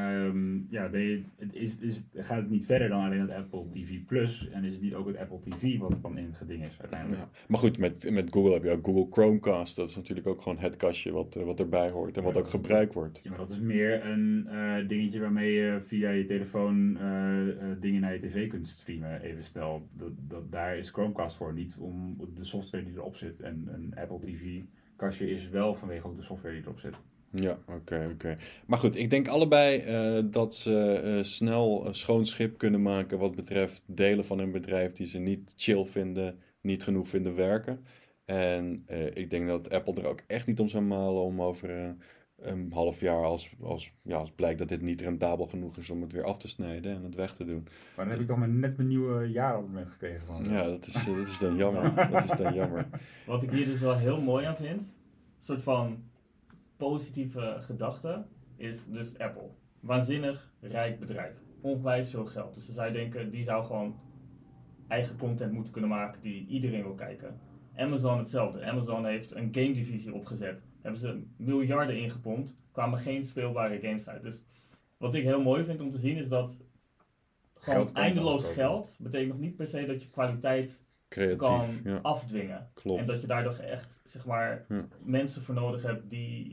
gaat het niet verder dan alleen het Apple TV Plus en is het niet ook het Apple TV wat dan in het geding is uiteindelijk. Ja. Maar goed, met Google heb je ook Google Chromecast. Dat is natuurlijk ook gewoon het kastje wat erbij hoort en wat ook gebruikt wordt. Ja, maar dat is meer een dingetje waarmee je via je telefoon dingen naar je tv kunt streamen. Even stel, daar is Chromecast voor, niet om de software die erop zit. En een Apple TV kastje is wel vanwege ook de software die erop zit. Ja, oké. Maar goed, ik denk allebei dat ze snel schoon schip kunnen maken wat betreft delen van hun bedrijf die ze niet chill vinden, niet genoeg vinden werken. En ik denk dat Apple er ook echt niet om zou malen om over een half jaar, als blijkt dat dit niet rendabel genoeg is om het weer af te snijden en het weg te doen. Maar dan heb ik toch net mijn nieuwe jaarabonnement gekregen van. Ja, dat is dan jammer. Dat is dan jammer. Wat ik hier dus wel heel mooi aan vind, een soort van positieve gedachte, is dus Apple. Waanzinnig rijk bedrijf. Onwijs veel geld. Dus dan zou je denken, die zou gewoon eigen content moeten kunnen maken die iedereen wil kijken. Amazon hetzelfde. Amazon heeft een game divisie opgezet. Hebben ze miljarden ingepompt. Kwamen geen speelbare games uit. Dus wat ik heel mooi vind om te zien is dat gewoon eindeloos geld betekent nog niet per se dat je kwaliteit kan afdwingen. Klopt. En dat je daar toch echt, zeg maar, mensen voor nodig hebt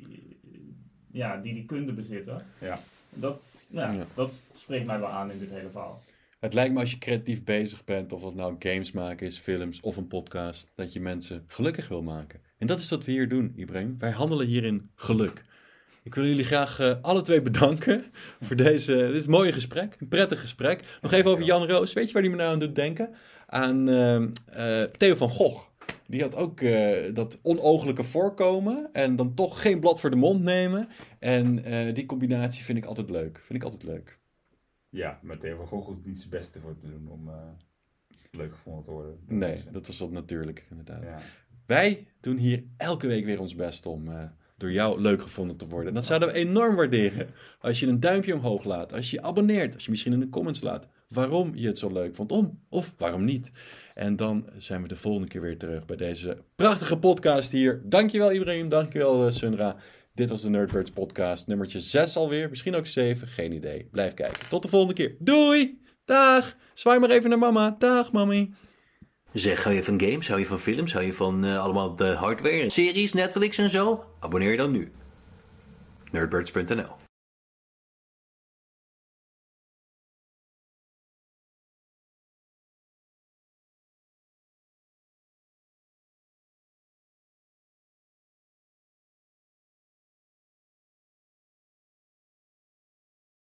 die kunde bezitten. Ja. Dat spreekt mij wel aan in dit hele verhaal. Het lijkt me als je creatief bezig bent, of dat nou games maken is, films of een podcast, dat je mensen gelukkig wil maken. En dat is wat we hier doen, Ibrahim. Wij handelen hierin geluk. Ik wil jullie graag alle 2 bedanken voor dit mooie gesprek. Een prettig gesprek. Nog even over Jan Roos. Weet je waar hij me nou aan doet denken? Aan Theo van Gogh. Die had ook dat onooglijke voorkomen en dan toch geen blad voor de mond nemen. En die combinatie vind ik altijd leuk. Ja, maar Theo van Gogh doet niet zijn beste voor te doen om leuk gevonden te worden. Nee, dat was wat natuurlijk inderdaad. Ja. Wij doen hier elke week weer ons best om door jou leuk gevonden te worden. En dat zouden we enorm waarderen. Als je een duimpje omhoog laat, als je je abonneert, als je misschien in de comments laat waarom je het zo leuk vond, of waarom niet. En dan zijn we de volgende keer weer terug bij deze prachtige podcast hier. Dankjewel Ibrahim, dankjewel Sunra. Dit was de Nerdbirds podcast, nummertje 6 alweer, misschien ook 7, geen idee. Blijf kijken. Tot de volgende keer. Doei! Dag! Zwaai maar even naar mama. Dag, mami. Zeg, hou je van games, hou je van films, hou je van allemaal de hardware, series, Netflix en zo? Abonneer je dan nu. Nerdbirds.nl